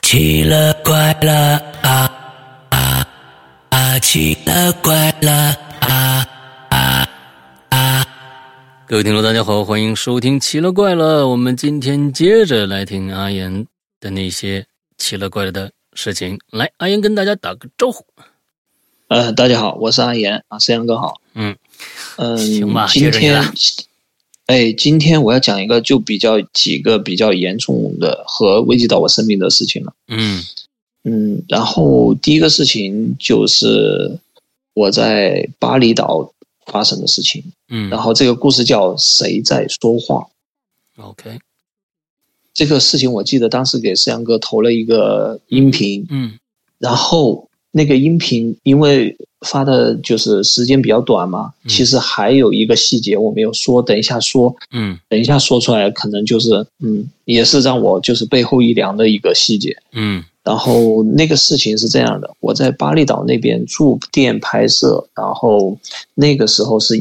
奇了怪了啊啊啊！奇了怪了啊啊啊！各位听众大家好，欢迎收听奇了怪了。我们今天接着来听阿言的那些奇了怪了的事情。来，阿言跟大家打个招呼。 大家好，我是阿言啊，思阳哥好。 行吧， 今天我要讲一个几个比较严重的和危及到我生命的事情了。然后第一个事情就是我在巴厘岛发生的事情。然后这个故事叫谁在说话。 OK， 这个事情我记得当时给思阳哥投了一个音频。然后那个音频因为发的就是时间比较短嘛，其实还有一个细节我没有说，等一下说出来可能就是也是让我就是背后一凉的一个细节。然后那个事情是这样的，我在巴厘岛那边驻店拍摄，然后那个时候是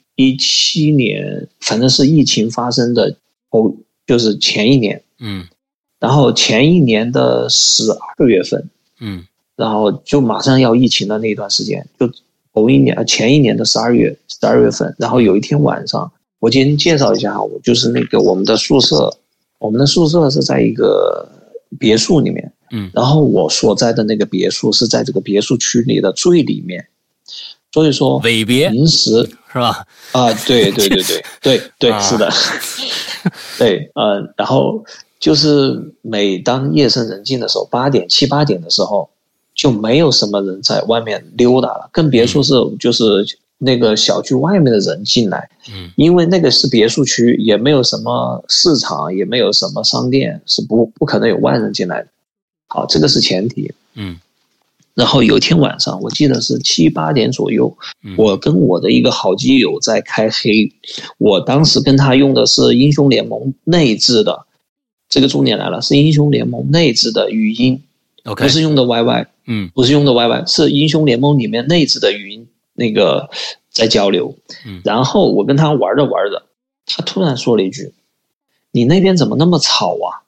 17年，反正是疫情发生的就是前一年。然后前一年的12月份。然后就马上要疫情的那段时间，就前一年的12月份，然后有一天晚上，我今天介绍一下，我就是那个我们的宿舍是在一个别墅里面。然后我所在的那个别墅是在这个别墅区里的最里面，所以说尾别平时是吧？ 对，是的。对，然后就是每当夜深人静的时候，7、8点的时候，就没有什么人在外面溜达了，更别说是就是那个小区外面的人进来。因为那个是别墅区，也没有什么市场，也没有什么商店，是不可能有外人进来的。好，这个是前提。然后有一天晚上，我记得是7、8点左右，我跟我的一个好基友在开黑，我当时跟他用的是英雄联盟内置的，这个重点来了，是英雄联盟内置的语音。 OK， 不是用的 YY， 不是用的 YY， 是英雄联盟里面内置的语音那个在交流。然后我跟他玩着玩着，他突然说了一句：“你那边怎么那么吵啊？”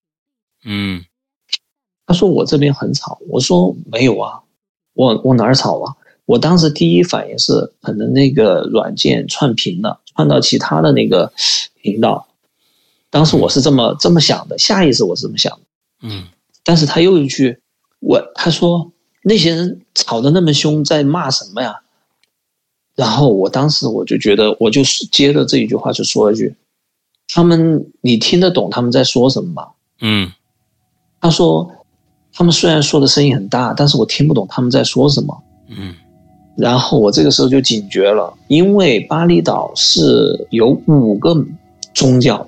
他说我这边很吵，我说没有啊，我哪儿吵啊？我当时第一反应是可能那个软件串屏了，串到其他的那个频道。当时我是这么想的，下意识我是这么想的。但是他又一句，他说那些人吵得那么凶，在骂什么呀？然后我当时我就觉得，我就接着这一句话就说一句：你听得懂他们在说什么吗？他说他们虽然说的声音很大，但是我听不懂他们在说什么。然后我这个时候就警觉了，因为巴厘岛是有5个宗教。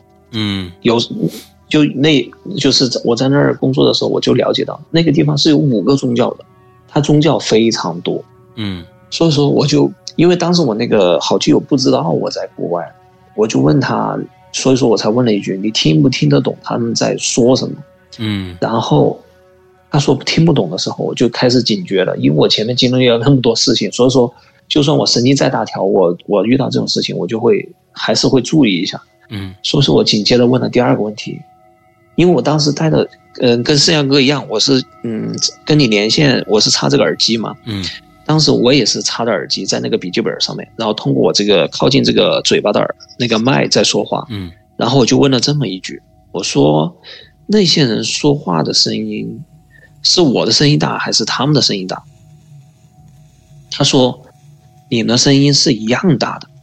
就是我在那儿工作的时候，我就了解到那个地方是有5个宗教的，它宗教非常多。所以说我就因为当时我那个好基友不知道我在国外，我就问他，所以说我才问了一句：“你听不听得懂他们在说什么？”然后他说听不懂的时候，我就开始警觉了，因为我前面经历了那么多事情，所以说就算我神经再大条，我遇到这种事情，我就还是会注意一下。所以说我紧接着问了第2个问题。因为我当时带的跟思阳哥一样，我是跟你连线，我是插这个耳机嘛。当时我也是插的耳机在那个笔记本上面，然后通过我这个靠近这个嘴巴的那个麦在说话。然后我就问了这么一句，我说那些人说话的声音是我的声音大还是他们的声音大？他说你们的声音是一样大的。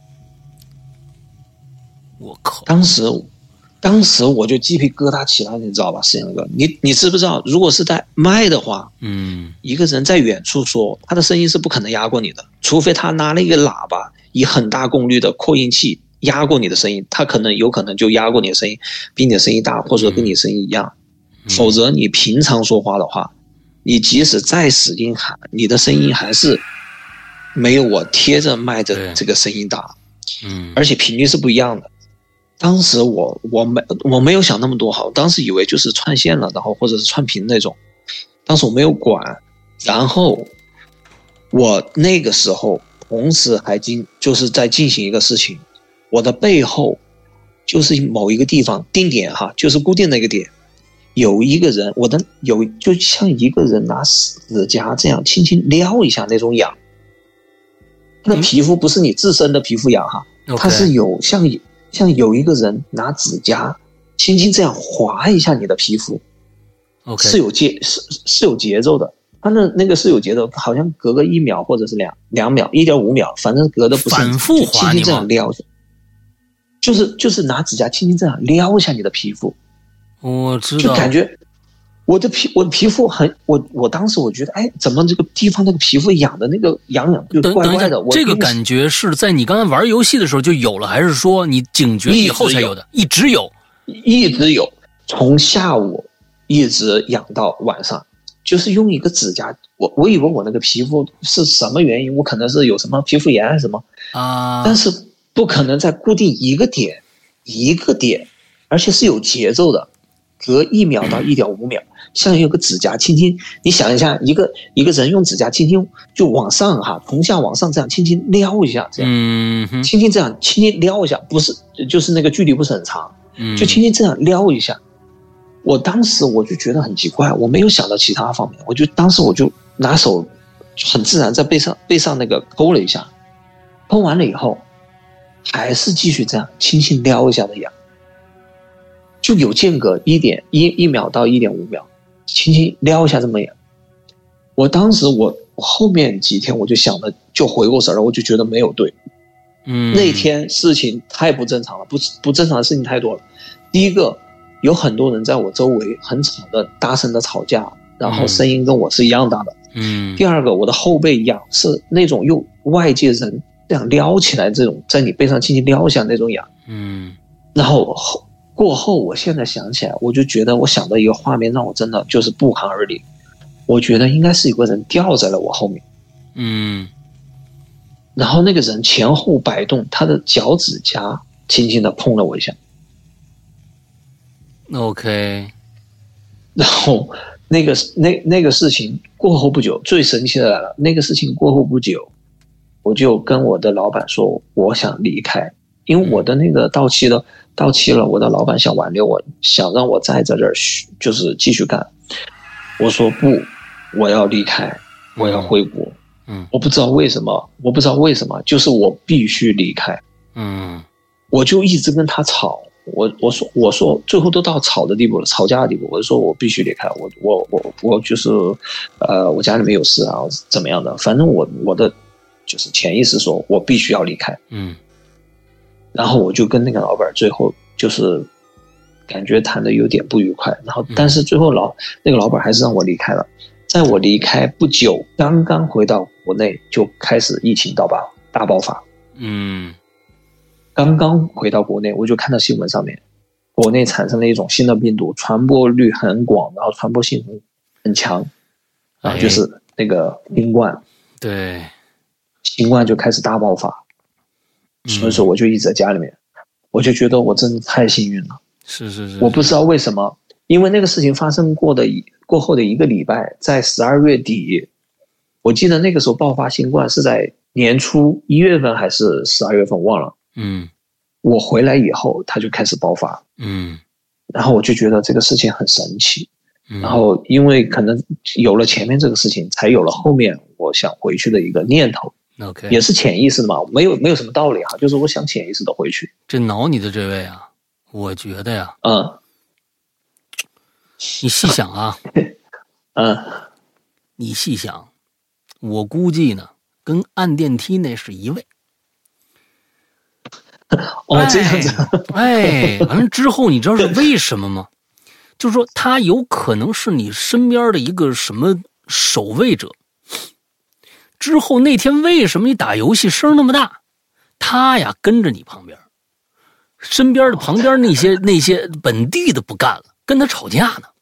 我靠！ 当时我就鸡皮疙瘩起来，你知道吧，思阳哥，你知不知道，如果是带麦的话，一个人在远处说，他的声音是不可能压过你的，除非他拿了一个喇叭，以很大功率的扩音器压过你的声音，他有可能就压过你的声音，比你的声音大，或者跟你声音一样。否则你平常说话的话，你即使再使劲喊，你的声音还是没有我贴着麦的这个声音大。而且频率是不一样的。当时我没有想那么多，好，当时以为就是串线了，然后或者是串屏那种，当时我没有管。然后我那个时候同时就是在进行一个事情，我的背后就是某一个地方定点哈，就是固定的一个点， 有一个人，就像一个人拿指甲这样轻轻撩一下那种痒。那皮肤不是你自身的皮肤痒哈，它是有像有一个人拿指甲轻轻这样划一下你的皮肤，是有节奏的。它那个是有节奏，好像隔个1秒或者是2秒、1.5秒，反正隔的不是反复划你吗？ 轻轻这样撩，就是拿指甲轻轻这样撩一下你的皮肤。 我知道， 就感觉我的皮肤我当时我觉得，哎，怎么这个地方那个皮肤痒的那个痒就怪怪的。 这个感觉是在你刚才玩游戏的时候就有了，还是说你警觉以后才有的？一直有，从下午一直痒到晚上。就是用一个指甲，我以为我那个皮肤是什么原因，我可能是有什么皮肤炎还是什么啊，但是不可能在固定一个点，而且是有节奏的，隔1秒到1.5秒，像有个指甲轻轻，你想一下，一个人用指甲轻轻就往上哈，从下往上这样轻轻撩一下，这样，轻轻撩一下，不是就是那个距离不是很长，就轻轻这样撩一下。我当时我就觉得很奇怪，我没有想到其他方面，当时我就拿手很自然在背上那个抠了一下，抠完了以后，还是继续这样轻轻撩一下的痒，就有间隔1秒到1.5秒，轻轻撩一下这么痒。我当时我后面几天我就想的就回过神了，我就觉得没有对，那天事情太不正常了，不正常的事情太多了。第一个，有很多人在我周围很吵的大声的吵架，然后声音跟我是一样大的。第二个，我的后背痒是那种用外界人这样撩起来，这种在你背上轻轻撩一下那种痒。然后过后我现在想起来，我就觉得我想到一个画面让我真的就是不寒而栗。我觉得应该是有个人吊在了我后面。然后那个人前后摆动，他的脚趾甲轻轻的碰了我一下。 OK， 然后那个事情过后不久，最神奇的来了，那个事情过后不久，我就跟我的老板说我想离开，因为我的那个到期了，我的老板想挽留我，想让我再在这儿就是继续干。我说不，我要离开，我要回国。我不知道为什么，就是我必须离开。我就一直跟他吵。我说最后都到吵的地步了，吵架的地步，我就说我必须离开，我就是我家里面有事啊，怎么样的，反正我的就是潜意识说我必须要离开。然后我就跟那个老板最后就是感觉谈的有点不愉快，然后但是最后那个老板还是让我离开了。在我离开不久，刚刚回到国内就开始疫情大爆发。刚刚回到国内，我就看到新闻上面，国内产生了一种新的病毒，传播率很广，然后传播性很强，然后就是那个新冠。 对， 新冠就开始大爆发。所以说我就一直在家里面，我就觉得我真的太幸运了。 是， 我不知道为什么，因为那个事情发生过后的1个礼拜，在12月底，我记得那个时候爆发新冠是在年初1月份还是12月份忘了。我回来以后它就开始爆发。然后我就觉得这个事情很神奇。然后因为可能有了前面这个事情，才有了后面我想回去的一个念头。 OK， 也是潜意识的嘛，没有什么道理哈，就是我想潜意识的回去。 这挠你的这位啊，我觉得呀，你细想啊，你细想，我估计呢，跟按电梯那是一位。 这样子。 完了之后，你知道是为什么吗？就是说，他有可能是你身边的一个什么守卫者。之后那天为什么你打游戏声那么大？他呀跟着你旁边，身边的旁边那些本地的不干了，跟他吵架呢。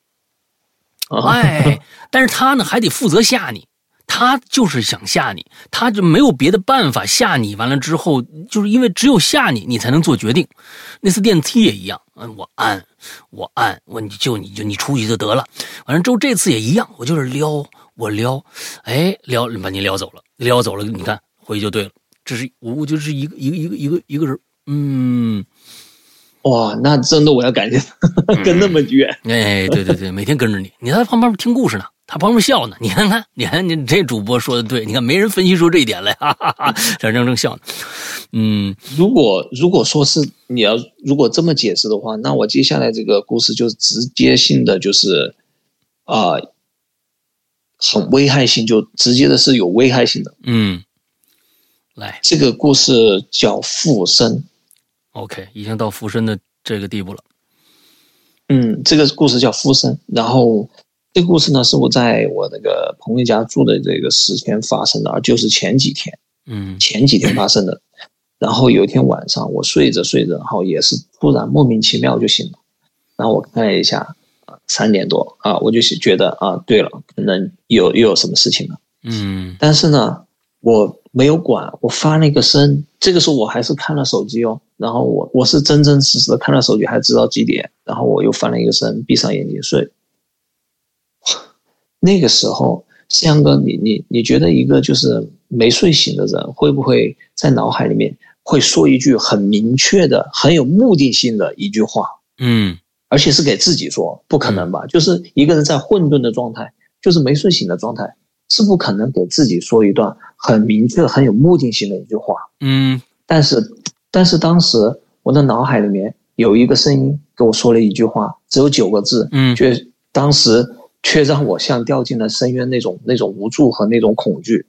但是他呢还得负责吓你。他就是想吓你，他就没有别的办法吓你。完了之后，就是因为只有吓你，你才能做决定。那次电梯也一样，我按，你出去就得了。完了之后这次也一样，我就是撩，把你撩走了，你看回去就对了。这是我就是一个人， 哇，那真的我要感谢跟那么远。 哎，对对对，每天跟着你，你在旁边听故事呢，他旁边笑呢。你看你这主播说的对，你看没人分析出这一点来，哈哈哈，正笑呢。 如果说是你要如果这么解释的话，那我接下来这个故事就直接性的就是很危害性，就直接的是有危害性的。来，这个故事叫附身。 OK， 已经到附身的这个地步了。 这个故事叫附身，然后这个故事呢是我在我那个朋友家住的这个时间发生的，而就是前几天发生的。然后有一天晚上我睡着，然后也是突然莫名其妙就醒了，然后我看了一下3点多我就觉得对了，可能又有什么事情了。但是呢我没有管，我发了一个声，这个时候我还是看了手机然后我是真真实实的看了手机，还知道几点，然后我又翻了一个身，闭上眼睛睡。那个时候向哥，你觉得一个就是没睡醒的人会不会在脑海里面会说一句很明确的很有目的性的一句话？而且是给自己说，不可能吧？就是一个人在混沌的状态，就是没睡醒的状态，是不可能给自己说一段很明确很有目的性的一句话。但是当时我的脑海里面有一个声音跟我说了一句话，只有9个字，当时却让我像掉进了深渊那种无助和那种恐惧。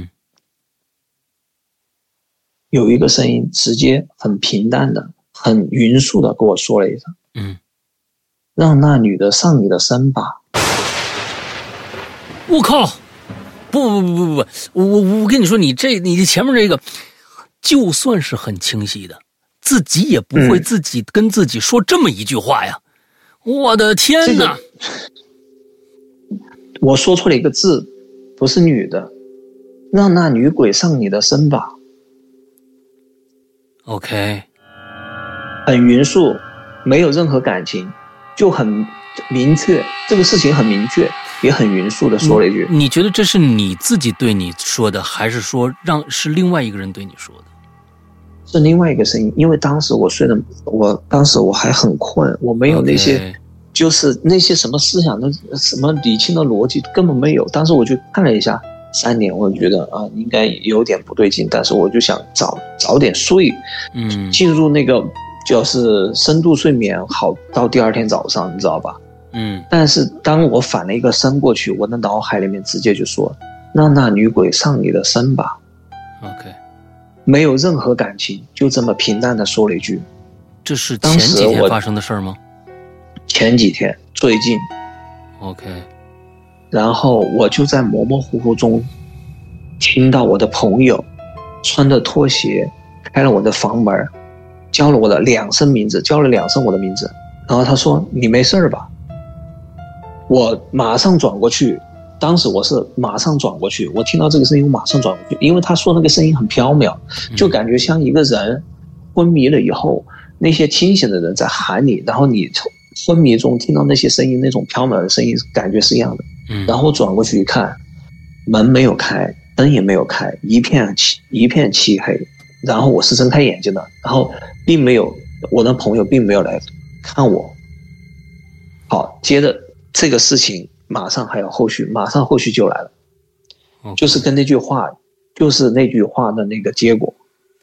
有一个声音直接很平淡的很匀速的跟我说了一声，让那女的上你的身吧。 我靠，不，我跟你说，你前面这个就算是很清晰的，自己也不会自己跟自己说这么一句话呀。我的天哪， 我说错了一个字，不是女的，让那女鬼上你的身吧。 OK， 很匀速，没有任何感情，就很明确，这个事情很明确，也很匀速的说了一句。 你觉得这是你自己对你说的，还是说是另外一个人对你说的？ 是另外一个声音，因为当时当时我还很困，我没有那些就是那些什么思想的什么理清的逻辑根本没有。当时我就看了一下3点，我觉得应该有点不对劲，但是我就想早点睡，进入那个就是深度睡眠，好到第2天早上，你知道吧？但是当我反了一个身过去，我的脑海里面直接就说，让那女鬼上你的身吧。 OK， 没有任何感情，就这么平淡的说了一句。 这是前几天发生的事吗？ 前几天，最近。 OK。 然后我就在模模糊糊中听到我的朋友穿着拖鞋开了我的房门，叫了我的2声名字，叫了2声我的名字，然后他说你没事吧？我马上转过去，当时我是马上转过去，我听到这个声音我马上转过去，因为他说那个声音很飘渺，就感觉像一个人昏迷了以后那些清醒的人在喊你，然后你昏迷中听到那些声音，那种飘渺的声音感觉是一样的。然后转过去一看，门没有开，灯也没有开，一片漆黑。然后我是睁开眼睛的，然后我的朋友并没有来看我。好，接着这个事情马上还有后续，马上后续就来了，就是跟那句话的那个结果。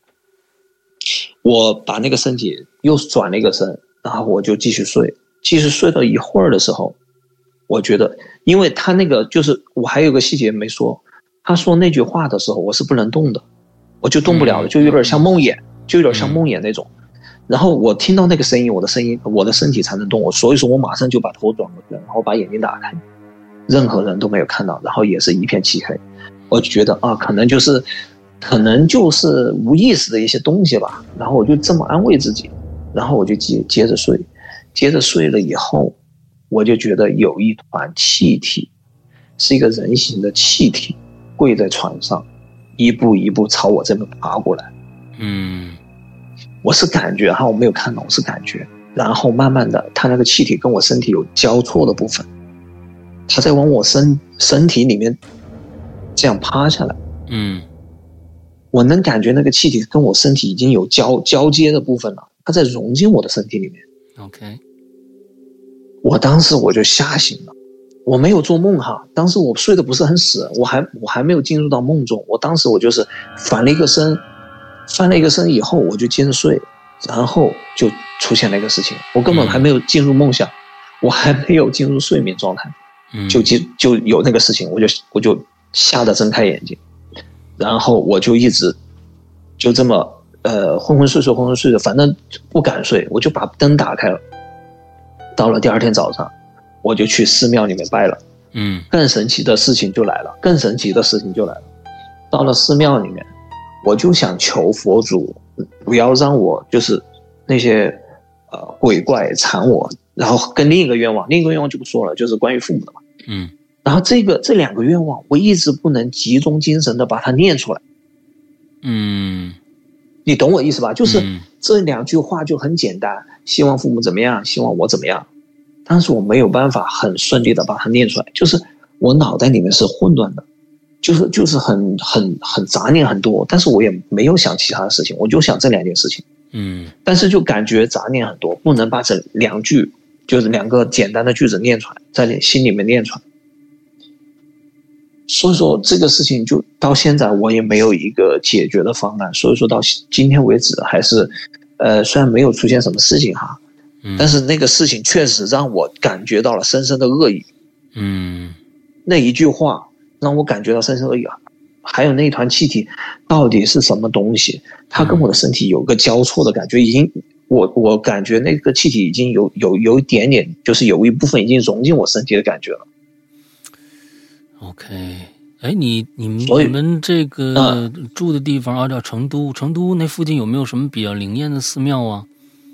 我把那个身体又转了一个身，然后我就继续睡到一会儿的时候，我觉得，因为他那个就是我还有个细节没说，他说那句话的时候我是不能动的，我就动不了了，就有点像梦魇那种。然后我听到那个声音，我的身体才能动，所以说我马上就把头转过去，然后把眼睛打开，任何人都没有看到，然后也是一片漆黑。我就觉得可能就是无意识的一些东西吧，然后我就这么安慰自己，然后我就接着睡了以后，我就觉得有一团气体，是一个人形的气体，跪在床上，一步一步朝我这边爬过来。我是感觉我没有看到，我是感觉，然后慢慢的，他那个气体跟我身体有交错的部分，他在往我身体里面这样趴下来。我能感觉那个气体跟我身体已经有交接的部分了， 它在融进我的身体里面。 OK， 我当时我就吓醒了，我没有做梦哈，当时我睡得不是很死，我还没有进入到梦中，我当时我就是翻了一个身以后我就接着睡，然后就出现了一个事情，我根本还没有进入梦乡，我还没有进入睡眠状态，就有那个事情，我就吓得睁开眼睛，然后我就一直就这么昏昏睡睡的，反正不敢睡，我就把灯打开了。到了第二天早上，我就去寺庙里面拜了。更神奇的事情就来了，到了寺庙里面，我就想求佛祖不要让我就是那些鬼怪缠我，然后跟另一个愿望就不说了，就是关于父母的嘛。然后这两个愿望我一直不能集中精神的把它念出来。你懂我意思吧？就是这两句话就很简单，希望父母怎么样，希望我怎么样，但是我没有办法很顺利的把它念出来，就是我脑袋里面是混乱的，就是很杂念很多，但是我也没有想其他的事情，我就想这两件事情。但是就感觉杂念很多，不能把这两句就是两个简单的句子念出来，在心里面念出来。所以说这个事情就到现在我也没有一个解决的方案，所以说到今天为止还是虽然没有出现什么事情哈，但是那个事情确实让我感觉到了深深的恶意。那一句话让我感觉到深深的恶意，还有那一团气体到底是什么东西，它跟我的身体有个交错的感觉，已经我感觉那个气体已经有一点点，就是有一部分已经融进我身体的感觉了。 OK， 哎，你们这个住的地方叫成都那附近有没有什么比较灵验的寺庙啊？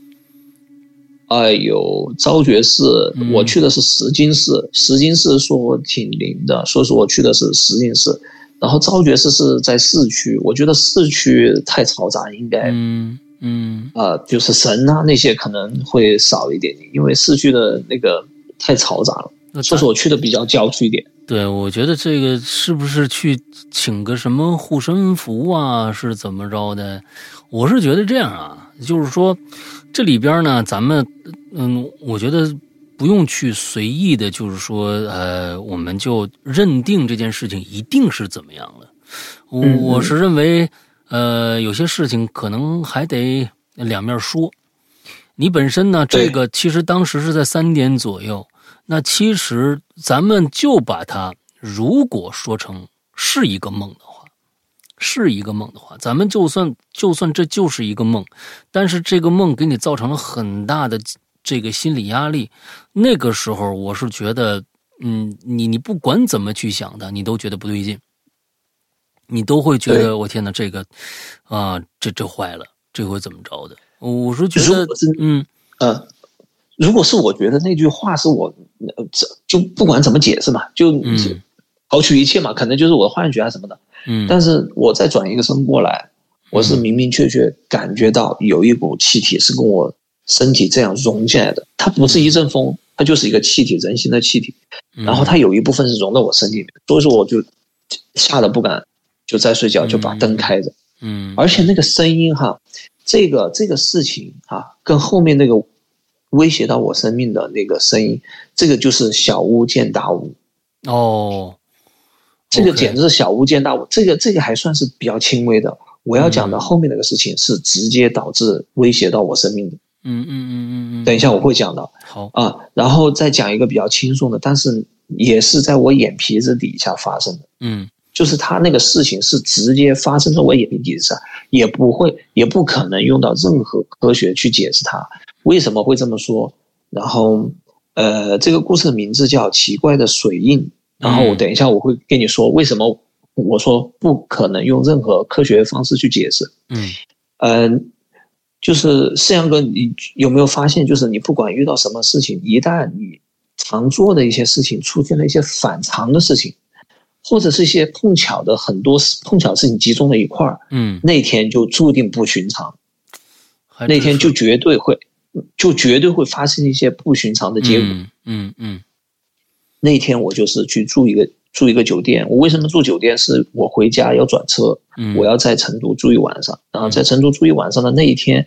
有昭觉寺，我去的是石金寺，石金寺说挺灵的，所以说我去的是石金寺。然后昭觉寺是在市区，我觉得市区太嘈杂，应该就是神啊那些可能会少一点，因为市区的那个太嘈杂了，所以说我去的比较郊区一点。 对，我觉得这个是不是去请个什么护身符啊，是怎么着的？我是觉得这样啊，就是说这里边呢，咱们我觉得不用去随意的，就是说我们就认定这件事情一定是怎么样了。我是认为有些事情可能还得两面说。你本身呢，这个其实当时是在3点左右。那其实咱们就把它如果说成是一个梦的话，咱们就算这就是一个梦，但是这个梦给你造成了很大的这个心理压力，那个时候我是觉得你不管怎么去想的，你都觉得不对劲，你都会觉得我天哪，这个这坏了，这回怎么着的？我是觉得如果是我觉得那句话是我就不管怎么解释嘛，就刨去一切嘛，可能就是我的幻觉啊什么的。但是我再转一个身过来，我是明明确确感觉到有一股气体是跟我身体这样融进来的，它不是一阵风，它就是一个气体，人形的气体。然后它有一部分是融到我身体里面，所以说我就吓得不敢就再睡觉，就把灯开着。而且那个声音哈，这个事情哈，跟后面那个威胁到我生命的那个声音，这个就是小巫见大巫这个简直是小巫见大巫，这个还算是比较轻微的。我要讲的后面那个事情是直接导致威胁到我生命的。等一下我会讲的。 好然后再讲一个比较轻松的，但是也是在我眼皮子底下发生的。就是他那个事情是直接发生在我眼皮底下，也不可能用到任何科学去解释它。为什么会这么说？然后这个故事的名字叫奇怪的水印，然后我等一下我会跟你说为什么我说不可能用任何科学方式去解释。就是世阳哥，你有没有发现，就是你不管遇到什么事情，一旦你常做的一些事情出现了一些反常的事情，或者是一些碰巧的很多碰巧事情集中在一块儿，那天就注定不寻常，那天就绝对会发生一些不寻常的结果。那天我就是去住一个酒店，我为什么住酒店？是我回家要转车，我要在成都住一晚上，然后在成都住一晚上的那一天，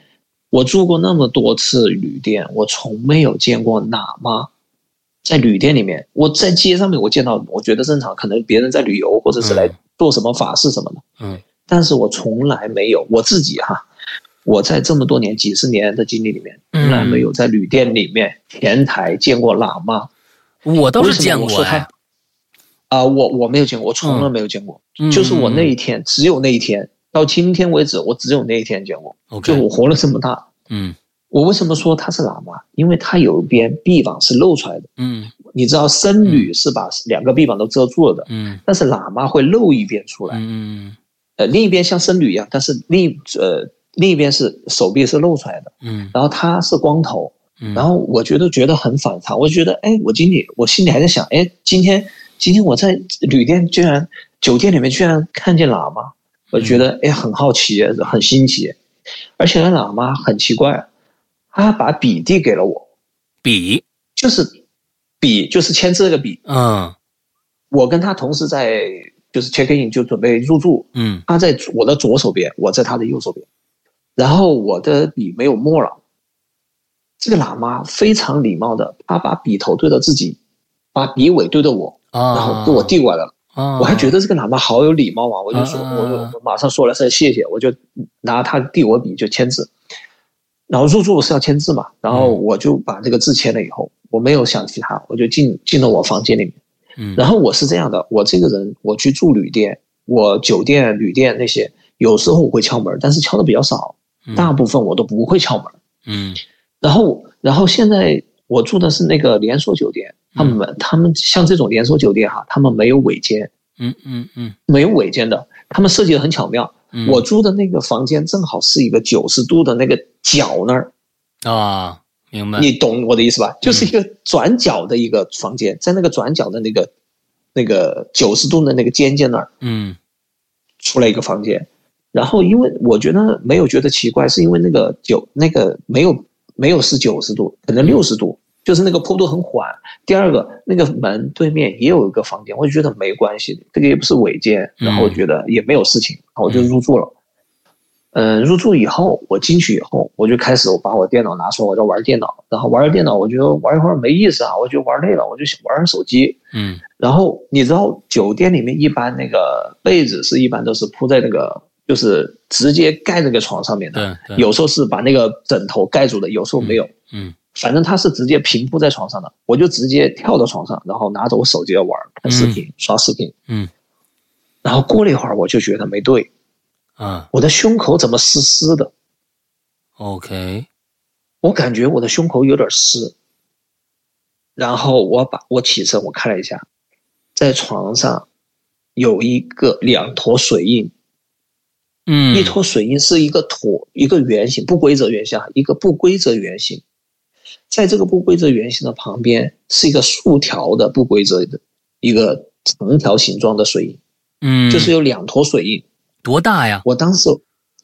我住过那么多次旅店，我从没有见过喇嘛在旅店里面。我在街上面我见到，我觉得正常，可能别人在旅游或者是来做什么法事什么的。但是我从来没有，我自己我在这么多年几十年的经历里面，从来没有在旅店里面前台见过喇嘛。 我倒是见过我没有见过，我从来没有见过。就是我那一天，只有那一天，到今天为止，我只有那一天见过。就我活了这么大，我为什么说他是喇嘛？因为他有一边臂膀是露出来的。你知道僧侣是把两个臂膀都遮住了的。但是喇嘛会露一边出来。另一边像僧侣一样，但是另一边是手臂是露出来的。然后他是光头。然后我觉得很反常，我就觉得我心里还在想，今天我在旅店酒店里面居然看见喇嘛，我觉得很好奇，很新奇。而且那喇嘛很奇怪，他把笔递给了我。 笔就是签字那个笔。我跟他同时在就是 check in 就准备入住。他在我的左手边，我在他的右手边。然后我的笔没有墨了。这个喇嘛非常礼貌的，他把笔头对着自己，把笔尾对着我，然后给我递过来了。我还觉得这个喇嘛好有礼貌啊，我就马上说了声谢谢，我就拿他递我笔就签字。然后入住是要签字嘛，然后我就把这个字签了以后，我没有想其他，我就进了我房间里面。然后我是这样的，我这个人我去住旅店，我酒店旅店那些有时候我会敲门，但是敲的比较少，大部分我都不会敲门。然后现在我住的是那个连锁酒店，他们像这种连锁酒店他们没有尾间。没有尾间的，他们设计的很巧妙。我住的那个房间正好是一个90度的那个角那儿。 明白。 你懂我的意思吧？就是一个转角的一个房间，在那个转角的那个90度的那个尖尖那儿，出来一个房间。然后因为我觉得没有觉得奇怪，是因为那个没有是90度，可能60度，就是那个坡度很缓。第二个，那个门对面也有一个房间，我就觉得没关系，这个也不是尾间，然后我觉得也没有事情，然后我就入住了。入住以后，我进去以后，我就开始把我电脑拿出来，我在玩电脑，然后玩电脑，我觉得玩一会儿没意思啊，我就玩累了，我就玩手机。然后你知道酒店里面一般那个被子是一般都是铺在那个。就是直接盖那个床上面的，有时候是把那个枕头盖住的，有时候没有。反正它是直接平铺在床上的，我就直接跳到床上，然后拿着我手机要玩，看视频，刷视频。然后过了一会儿，我就觉得没对，我的胸口怎么湿湿的 ？OK， 我感觉我的胸口有点湿。然后我起身，我看了一下，在床上有两坨水印。一坨水印是一个圆形，不规则圆形，一个不规则圆形，在这个不规则圆形的旁边是一个竖条的不规则的一个长条形状的水印。就是有两坨水印。 多大呀？ 我当时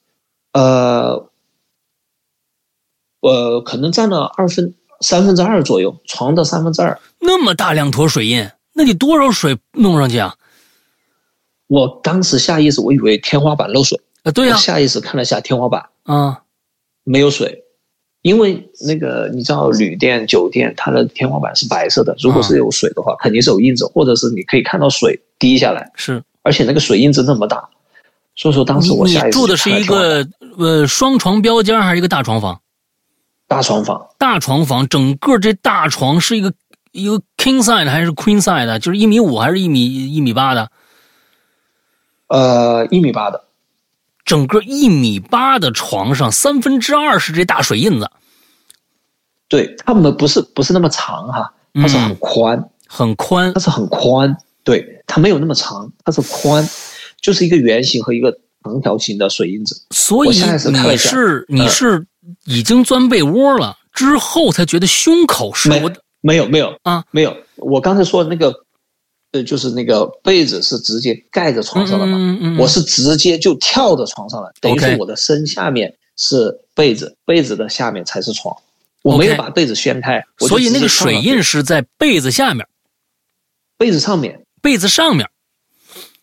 可能占了2/3左右，床的2/3。 那么大两坨水印，那你多少水弄上去啊？ 我当时下意识我以为天花板漏水。 对呀， 我下意识看了下天花板， 没有水，因为那个你知道旅店酒店它的天花板是白色的，如果是有水的话，肯定是有印子，或者是你可以看到水滴下来， 是，而且那个水印子那么大，所以说当时我下意识你住的是一个双床标间还是一个大床房？ 大床房。 大床房，整个这大床是一个 king size 还是 queen size 的？就是1.5米还是1.8米的 ？1.8米的。 整个1.8米的床上2/3是这大水印子。 对，它们不是那么长它是很宽，它是很宽。对，它没有那么长，它是宽，就是一个圆形和一个长条形的水印子。 所以你是已经钻被窝了之后才觉得胸口是没有没有。我刚才说的那个。就是那个被子是直接盖着床上的嘛，我是直接就跳到床上了，等于说我的身下面是被子，被子的下面才是床，我没有把被子掀开， 所以那个水印是在被子下面， 被子上面，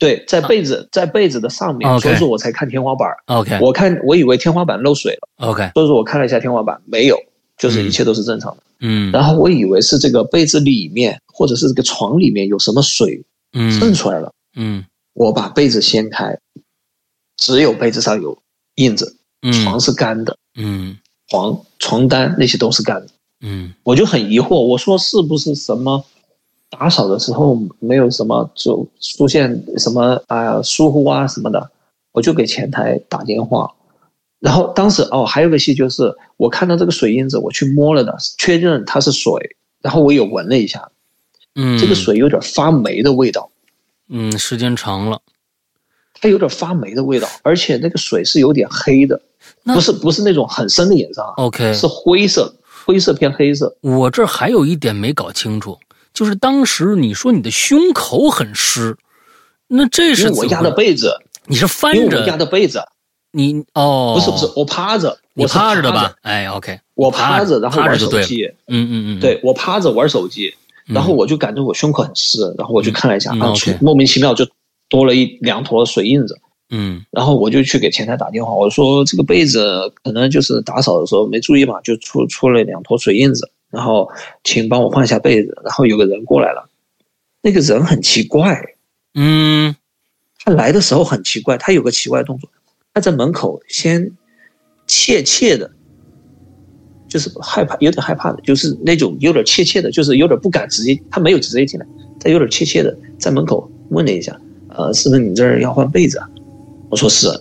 对，在被子的上面，所以说我才看天花板。 OK， 我以为天花板漏水了。 OK， 所以说我看了一下天花板，没有，就是一切都是正常的。 嗯， 然后我以为是这个被子里面或者是这个床里面有什么水渗出来了。 嗯， 我把被子掀开，只有被子上有印子，床是干的。 嗯， 床单那些都是干的。 嗯， 我就很疑惑，我说是不是什么打扫的时候没有什么就出现什么疏忽啊什么的，我就给前台打电话。然后当时还有个细就是我看到这个水印子，我去摸了的，确认它是水，然后我有闻了一下，这个水有点发霉的味道。 时间长了， 它有点发霉的味道，而且那个水是有点黑的，不是那种很深的颜色。 OK， 是灰色偏黑色。 我这还有一点没搞清楚，就是当时你说你的胸口很湿，那这是因为我压的被子， 你是翻着？ 因为我压的被子。 你不是，我趴着， 你趴着的吧？ 哎 ，OK， 我趴着，然后玩手机。对，我趴着玩手机，然后我就感觉我胸口很湿，然后我就看了一下，莫名其妙就多了2坨水印子。然后我就去给前台打电话，我说这个被子可能就是打扫的时候没注意嘛，就出了2坨水印子，然后请帮我换一下被子。然后有个人过来了，那个人很奇怪，他来的时候很奇怪，他有个奇怪的动作，他在门口先怯的，就是有点害怕的，就是那种有点怯的，就是有点不敢直接，他没有直接进来，他有点怯的在门口问了一下，是不是你这儿要换被子啊？我说是。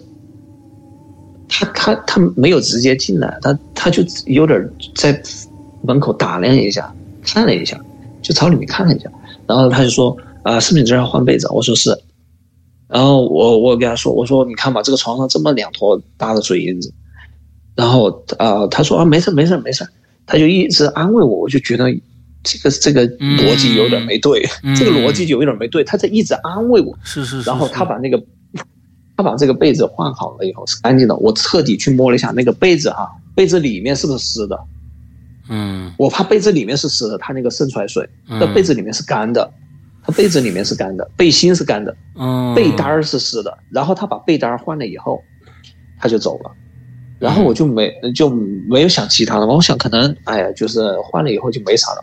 他没有直接进来，他就有点在门口打量一下，看了一下，就朝里面看了一下，然后他就说是不是你这儿要换被子？我说是。然后我跟他说，我说你看吧，这个床上这么2坨大的水印子。然后他说没事，他就一直安慰我，我就觉得这个逻辑有点没对，这个逻辑就有点没对，他在一直安慰我。 是。 然后他把这个被子换好了以后是干净的，我彻底去摸了一下那个被子被子里面是不是湿的？我怕被子里面是湿的，他那个渗出来水，那被子里面是干的。他被子里面是干的，背心是干的，被单是湿的。然后他把被单换了以后，他就走了。然后我就没有想其他的嘛，我想可能就是换了以后就没啥了。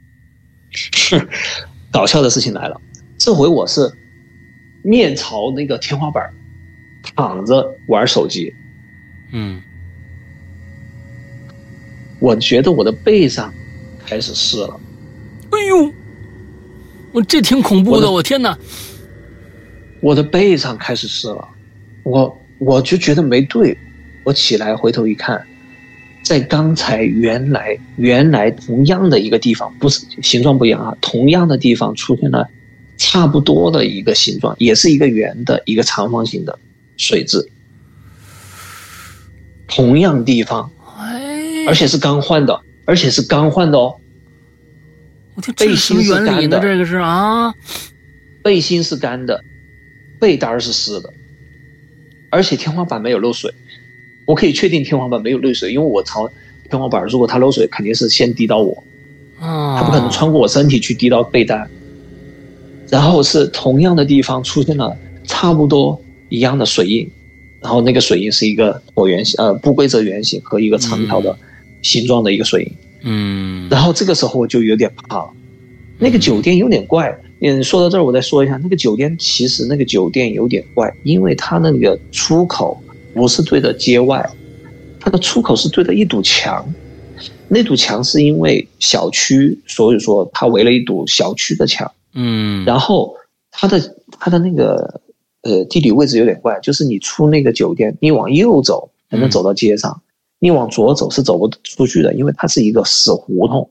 搞笑的事情来了，这回我是面朝那个天花板，躺着玩手机。我觉得我的背上开始湿了。 哎呦！我这挺恐怖的，我天哪！ 我的背上开始湿了，我就觉得没对，我起来回头一看，在刚才原来同样的一个地方，不是形状不一样同样的地方出现了差不多的一个形状，也是一个圆的一个长方形的水渍，同样地方，而且是刚换的哦。背心是干的， 这个是背心是干的，被单是湿的，而且天花板没有漏水。我可以确定天花板没有漏水，因为我朝天花板，如果它漏水，肯定是先滴到我，它不可能穿过我身体去滴到被单。然后是同样的地方出现了差不多一样的水印，然后那个水印是一个椭圆形、不规则圆形和一个长条的形状的一个水印。然后这个时候我就有点怕了。那个酒店有点怪，说到这儿我再说一下，那个酒店有点怪，因为它那个出口不是对着街外，它的出口是对着一堵墙。那堵墙是因为小区，所以说它围了一堵小区的墙。然后它的那个地理位置有点怪，就是你出那个酒店，你往右走才能走到街上。你往左走是走不出去的，因为它是一个死胡同。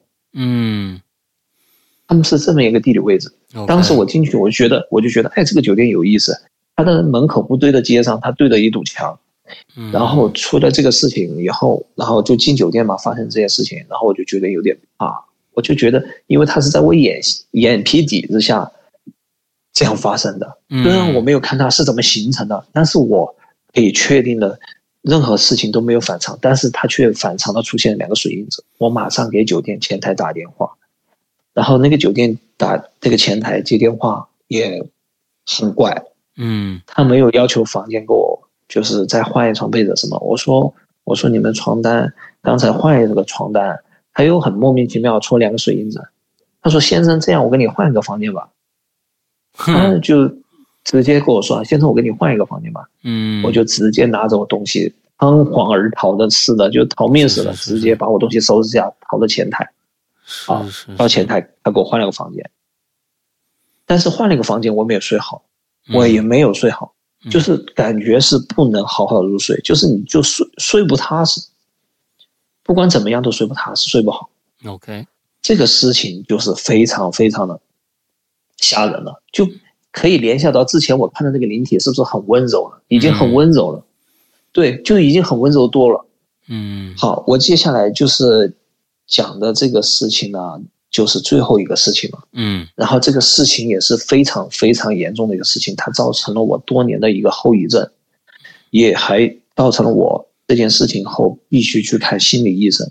他们是这么一个地理位置。当时我进去，我就觉得，这个酒店有意思。它的门口不对着街上，它对着一堵墙。然后出了这个事情以后，然后就进酒店嘛，发生这些事情，然后我就觉得有点怕。我就觉得，因为它是在我眼皮底之下这样发生的。虽然我没有看它是怎么形成的，但是我可以确定的。任何事情都没有反常，但是他却反常的出现2个水印子。我马上给酒店前台打电话，然后那个酒店这个前台接电话也很怪， 他没有要求房间给我就是再换一床被子什么。我说你们床单刚才换一个床单，他又很莫名其妙戳2个水印子。他说先生，这样我给你换一个房间吧。他就直接跟我说，先生我给你换一个房间吧。我就直接拿着我东西仓皇而逃的似的，就逃命似的，直接把我东西收拾下逃到前台。到前台他给我换了个房间，但是换了一个房间我没有睡好，我也没有睡好，就是感觉是不能好好入睡，就是你就睡不踏实，不管怎么样都睡不踏实，睡不好。 OK， 这个事情就是非常非常的吓人了，就可以联想到之前我看的那个灵体是不是很温柔了，已经很温柔了。对，就已经很温柔多了。好，我接下来就是讲的这个事情呢，就是最后一个事情了。然后这个事情也是非常非常严重的一个事情，它造成了我多年的一个后遗症，也还造成了我这件事情后必须去看心理医生。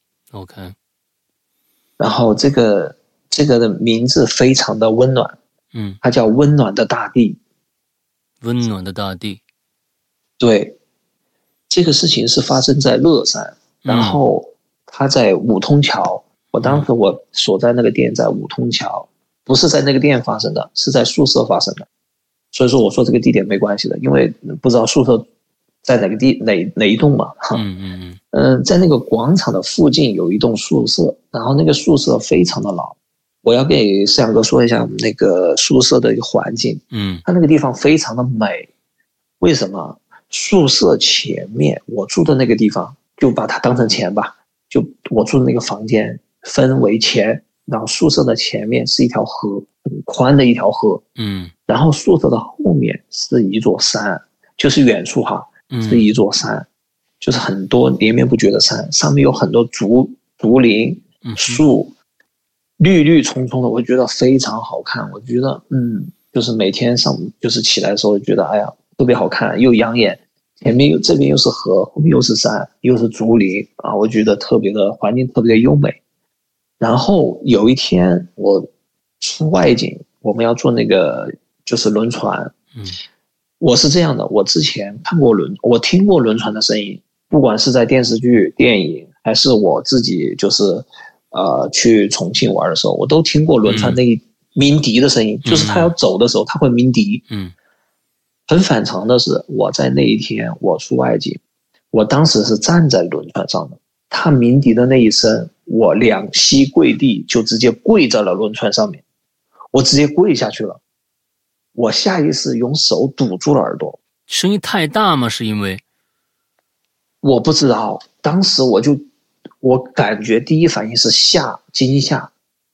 OK， 然后这个的名字非常的温暖，它叫温暖的大地。 温暖的大地。 对，这个事情是发生在乐山，然后它在五通桥。我当时我所在那个店在五通桥，不是在那个店发生的，是在宿舍发生的。所以说我说这个地点没关系的，因为不知道宿舍在哪一栋嘛。在那个广场的附近有一栋宿舍，然后那个宿舍非常的老。我要给思阳哥说一下我们那个宿舍的一个环境。它那个地方非常的美。为什么？宿舍前面我住的那个地方，就把它当成前吧，就我住的那个房间分为前，然后宿舍的前面是一条河，很宽的一条河。然后宿舍的后面是一座山，就是远处哈，是一座山，就是很多连绵不绝的山，上面有很多竹林树，绿绿葱葱的，我觉得非常好看。我觉得就是每天就是起来的时候觉得哎呀特别好看，又养眼，前面这边又是河，后面又是山，又是竹林啊，我觉得特别的环境特别的优美。然后有一天我出外景，我们要坐那个就是轮船。我是这样的，我之前我听过轮船的声音，不管是在电视剧、电影，还是我自己就是去重庆玩的时候，我都听过轮船那一鸣笛的声音，就是他要走的时候他会鸣笛。很反常的是，我在那一天我出外景，我当时是站在轮船上的，他鸣笛的那一声，我两膝跪地，就直接跪在了轮船上面，我直接跪下去了。我下意识用手堵住了耳朵。 声音太大吗？是因为我不知道，当时我感觉第一反应是惊吓。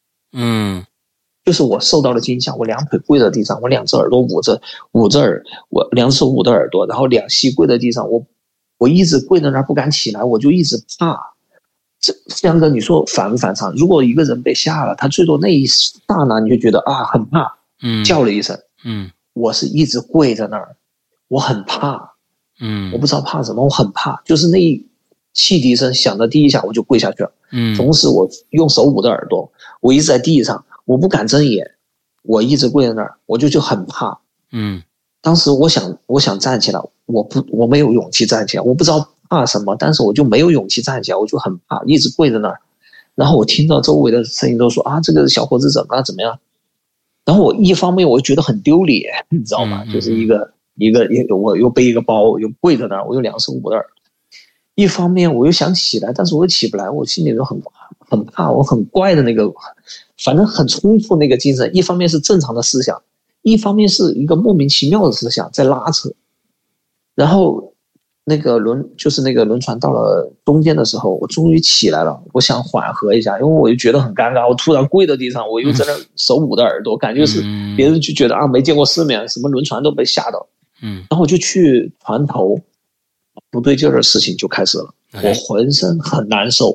就是我受到了惊吓，我两腿跪在地上，我两只耳朵捂着耳，我两手捂着耳朵，然后两膝跪在地上，我一直跪在那儿不敢起来，我就一直怕。这样的你说反不反常？如果一个人被吓了，他最多那一刹那你就觉得啊很怕，叫了一声。我是一直跪在那儿，我很怕。我不知道怕什么，我很怕，就是那一汽笛声响的第一下我就跪下去了。同时我用手捂着耳朵，我一直在地上，我不敢睁眼，我一直跪在那儿，我就很怕。当时我想站起来，我没有勇气站起来，我不知道怕什么，但是我就没有勇气站起来，我就很怕，一直跪在那儿。然后我听到周围的声音都说啊，这个小伙子怎么了怎么样？然后我一方面我就觉得很丢脸，你知道吗？就是一个我又背一个包，又跪在那儿，我又两手捂着耳。一方面我又想起来，但是我又起不来，我心里就很怕，我很怪的那个，反正很冲突那个精神。一方面是正常的思想，一方面是一个莫名其妙的思想在拉扯。然后那个轮船到了中间的时候，我终于起来了，我想缓和一下，因为我就觉得很尴尬，我突然跪在地上，我又在那手捂着耳朵，感觉是别人就觉得啊没见过世面，什么轮船都被吓到。然后我就去船头，不对劲儿的事情就开始了，我浑身很难受，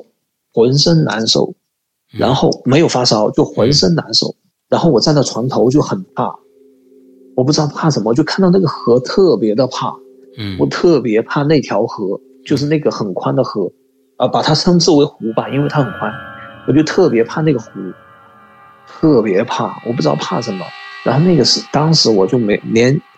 然后没有发烧，就浑身难受。然后我站在船头就很怕，我不知道怕什么，就看到那个河特别的怕。我特别怕那条河，就是那个很宽的河，把它称之为湖吧，因为它很宽，我就特别怕那个湖，特别怕，我不知道怕什么。然后那个是当时我就连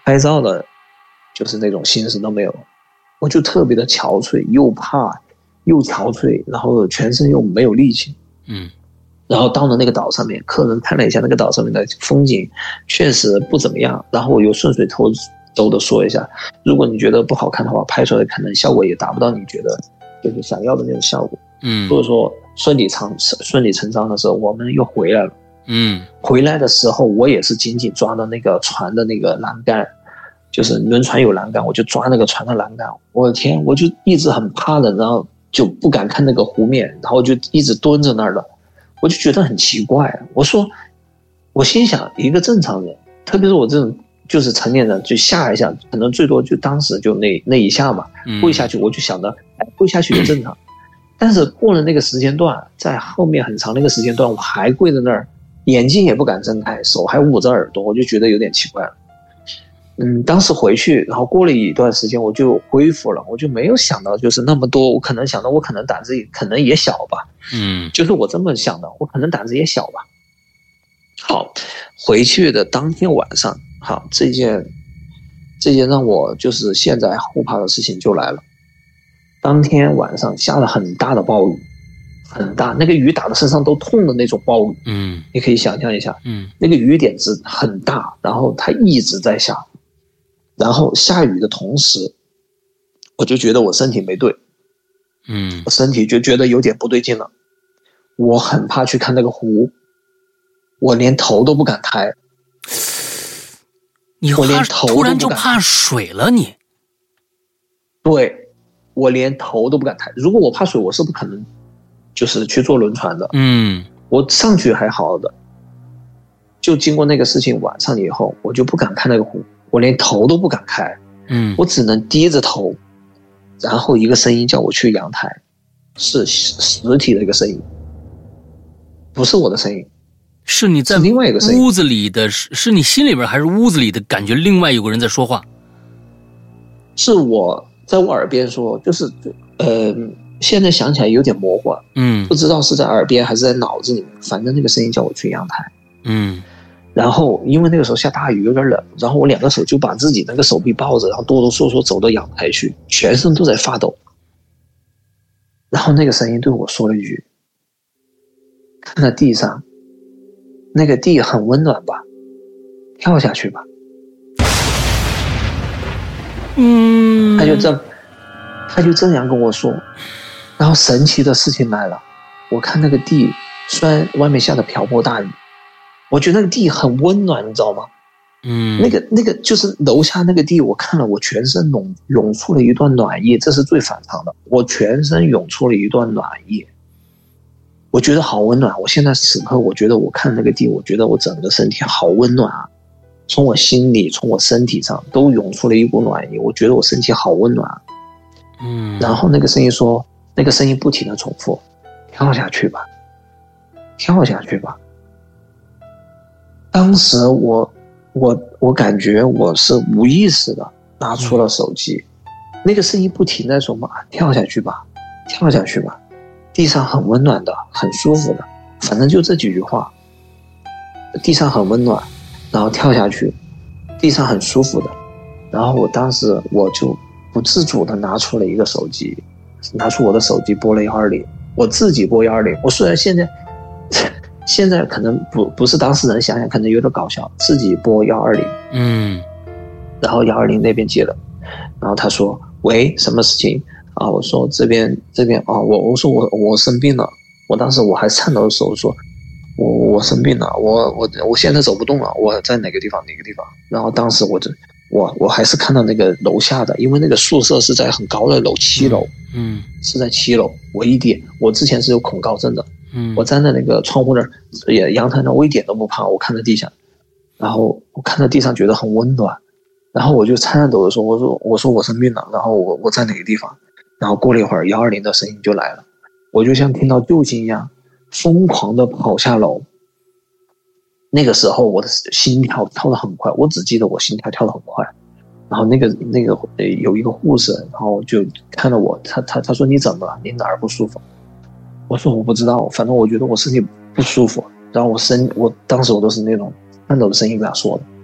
拍照的就是那种心思都没有，我就特别的憔悴，又怕又憔悴，然后全身又没有力气。然后到了那个岛上面，客人看了一下那个岛上面的风景，确实不怎么样。然后我又顺水推舟的说一下，如果你觉得不好看的话，拍出来可能效果也达不到你觉得就是想要的那种效果。所以说顺理成章的时候，我们又回来了。回来的时候我也是紧紧抓到那个船的那个栏杆，就是轮船有栏杆，我就抓那个船的栏杆。我的天，我就一直很怕的，然后就不敢看那个湖面，然后就一直蹲着那儿了。我就觉得很奇怪，我心想，一个正常人，特别是我这种就是成年人，就下一下，可能最多就当时就那一下嘛，跪下去，我就想着，跪下去也正常。但是过了那个时间段，在后面很长的一个时间段，我还跪在那儿，眼睛也不敢睁开，手还捂着耳朵，我就觉得有点奇怪了。当时回去，然后过了一段时间，我就恢复了，我就没有想到就是那么多，我可能想到我可能胆子可能也小吧，就是我这么想的，我可能胆子也小吧。好，回去的当天晚上，好，这件让我就是现在后怕的事情就来了。当天晚上下了很大的暴雨，很大，那个雨打到身上都痛的那种暴雨，你可以想象一下，那个雨点是很大，然后它一直在下。然后下雨的同时，我就觉得我身体没对，我身体就觉得有点不对劲了。我很怕去看那个湖，我连头都不敢抬。 我连头都不敢抬，突然就怕水了你？ 对，我连头都不敢抬。如果我怕水，我是不可能就是去坐轮船的。我上去还好的，就经过那个事情，晚上以后我就不敢看那个湖。我连头都不敢开，我只能低着头，然后一个声音叫我去阳台，是实体的一个声音，不是我的声音， 是你在另外一个声音， 屋子里的，是你心里边还是屋子里的感觉？另外有个人在说话， 是我在我耳边说，就是现在想起来有点模糊了，不知道是在耳边还是在脑子里，反正那个声音叫我去阳台，然后因为那个时候下大雨有点冷，然后我两个手就把自己那个手臂抱着，然后哆哆嗦嗦走到阳台去，全身都在发抖。然后那个声音对我说了一句，看到地上那个地很温暖吧，跳下去吧。他就这样跟我说。然后神奇的事情来了，我看那个地虽然外面下的瓢泼大雨，我觉得那个地很温暖，你知道吗？那个就是楼下那个地，我看了，我全身涌出了一段暖意，这是最反常的。我全身涌出了一段暖意，我觉得好温暖。我现在此刻，我觉得我看那个地，我觉得我整个身体好温暖啊，从我心里，从我身体上都涌出了一股暖意，我觉得我身体好温暖啊。然后那个声音说，那个声音不停地重复，跳下去吧，跳下去吧。当时我感觉我是无意识的拿出了手机，那个声音不停在说嘛，跳下去吧，跳下去吧，地上很温暖的，很舒服的，反正就这几句话，地上很温暖，然后跳下去，地上很舒服的。然后我当时我就不自主的拿出了一个手机，拿出我的手机拨了120，我自己拨120。我虽然现在可能不是当事人，想想可能有点搞笑，自己拨120，然后120那边接了，然后他说喂，什么事情啊？我说这边啊，我说我生病了，我当时我还颤抖的手说，我生病了，我现在走不动了，我在哪个地方。然后当时我还是看到那个楼下的，因为那个宿舍是在很高的楼，7楼，是在7楼，我之前是有恐高症的。我站在那个窗户那儿，也阳台那儿，我一点都不怕。我看着地上，然后我看到地上觉得很温暖，然后我就颤抖的说：“我说我生病了，然后我在哪个地方？”然后过了一会儿，120的声音就来了，我就像听到救星一样，疯狂的跑下楼。那个时候我的心跳跳得很快，我只记得我心跳跳得很快。然后那个有一个护士，然后就看到我，他说你怎么了？你哪儿不舒服？我说我不知道，反正我觉得我身体不舒服。然后我当时我都是那种颤抖的声音跟他说的。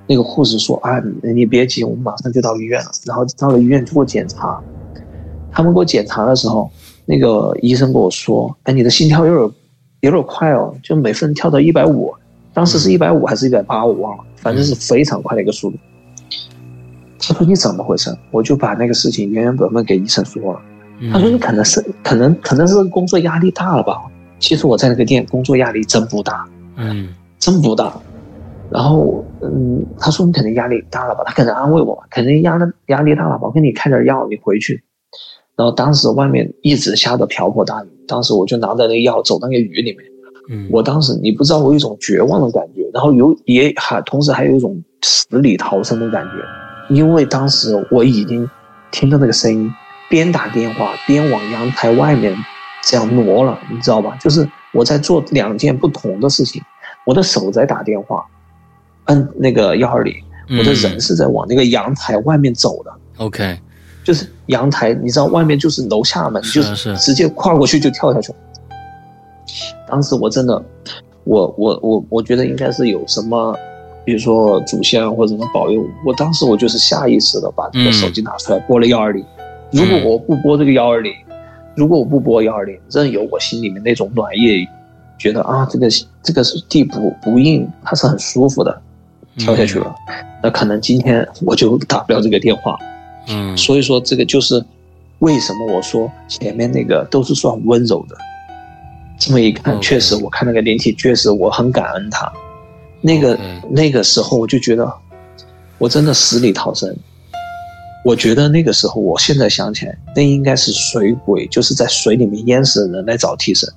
那个护士说啊，你别急，我们马上就到医院了。然后到了医院做检查，他们给我检查的时候，那个医生跟我说，哎，你的心跳有点快哦，就每分跳到150，当时是150还是180我忘了，反正是非常快的一个速度。他说你怎么回事？我就把那个事情原原本本给医生说了。他说你可能是工作压力大了吧？其实我在那个店工作压力真不大，真不大。然后他说你可能压力大了吧？他可能安慰我，可能压力大了吧？我给你开点药，你回去。然后当时外面一直下着瓢泼大雨，当时我就拿着那个药走到那个雨里面。我当时你不知道我有一种绝望的感觉，然后同时还有一种死里逃生的感觉。因为当时我已经听到那个声音，边打电话边往阳台外面这样挪了，你知道吧？就是我在做2件不同的事情，我的手在打电话，按那个120，我的人是在往那个阳台外面走的。 OK， 就是阳台，你知道外面就是楼下门，就是直接跨过去就跳下去。当时我真的，我觉得应该是有什么。比如说祖先或者什么保佑，我当时我就是下意识的把这个手机拿出来拨了120。如果我不拨这个120，如果我不拨120，任由我心里面那种暖意，觉得啊这个是地不硬，它是很舒服的，跳下去了，那可能今天我就打不了这个电话。所以说这个就是为什么我说前面那个都是算温柔的。这么一看，确实我看那个灵体，确实我很感恩他。那个时候我就觉得我真的死里逃生。我觉得那个时候，我现在想起来，那应该是水鬼，就是在水里面淹死的人来找替身。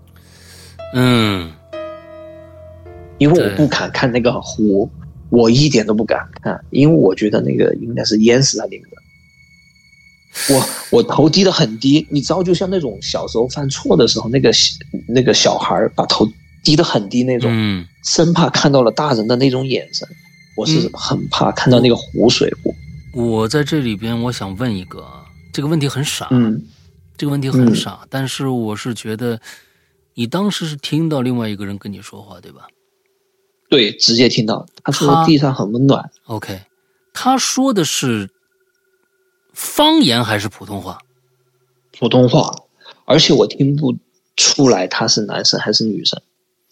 因为我不敢看那个湖，我一点都不敢看，因为我觉得那个应该是淹死在里面的。我头低得很低，你知道，就像那种小时候犯错的时候，那个小孩把头低得很低那种，生怕看到了大人的那种眼神。我是很怕看到那个湖水。 我在这里边，我想问一个，这个问题很傻，这个问题很傻，但是我是觉得，你当时是听到另外一个人跟你说话，对吧？ 对，直接听到，他说地上很温暖。 OK， 他说的是方言还是普通话？ 普通话，而且我听不出来他是男生还是女生。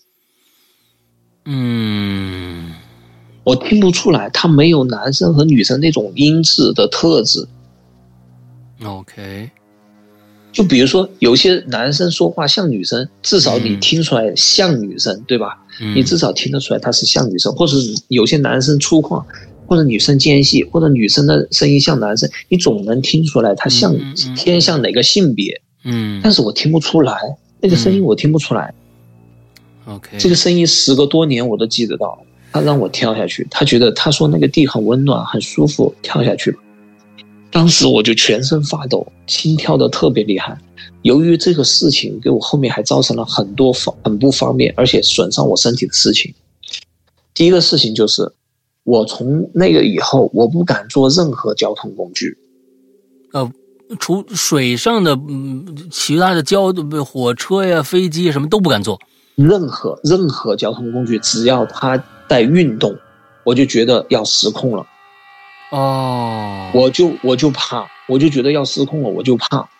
我听不出来，他没有男生和女生那种音质的特质。 OK， 就比如说有些男生说话像女生，至少你听出来像女生，对吧？你至少听得出来他是像女生，或者是有些男生粗犷，或者女生尖细，或者女生的声音像男生，你总能听出来他像偏向哪个性别。但是我听不出来，那个声音我听不出来。 OK， 这个声音时隔多年我都记得到。他让我跳下去，他说那个地很温暖很舒服，跳下去了。当时我就全身发抖，心跳得特别厉害。由于这个事情给我后面还造成了很多很不方便而且损伤我身体的事情。第一个事情就是我从那个以后我不敢坐任何交通工具， 除水上的其他的火车呀飞机什么都不敢坐。 任何交通工具只要它在运动，我就觉得要失控了。我就怕，我就觉得要失控了，我就怕。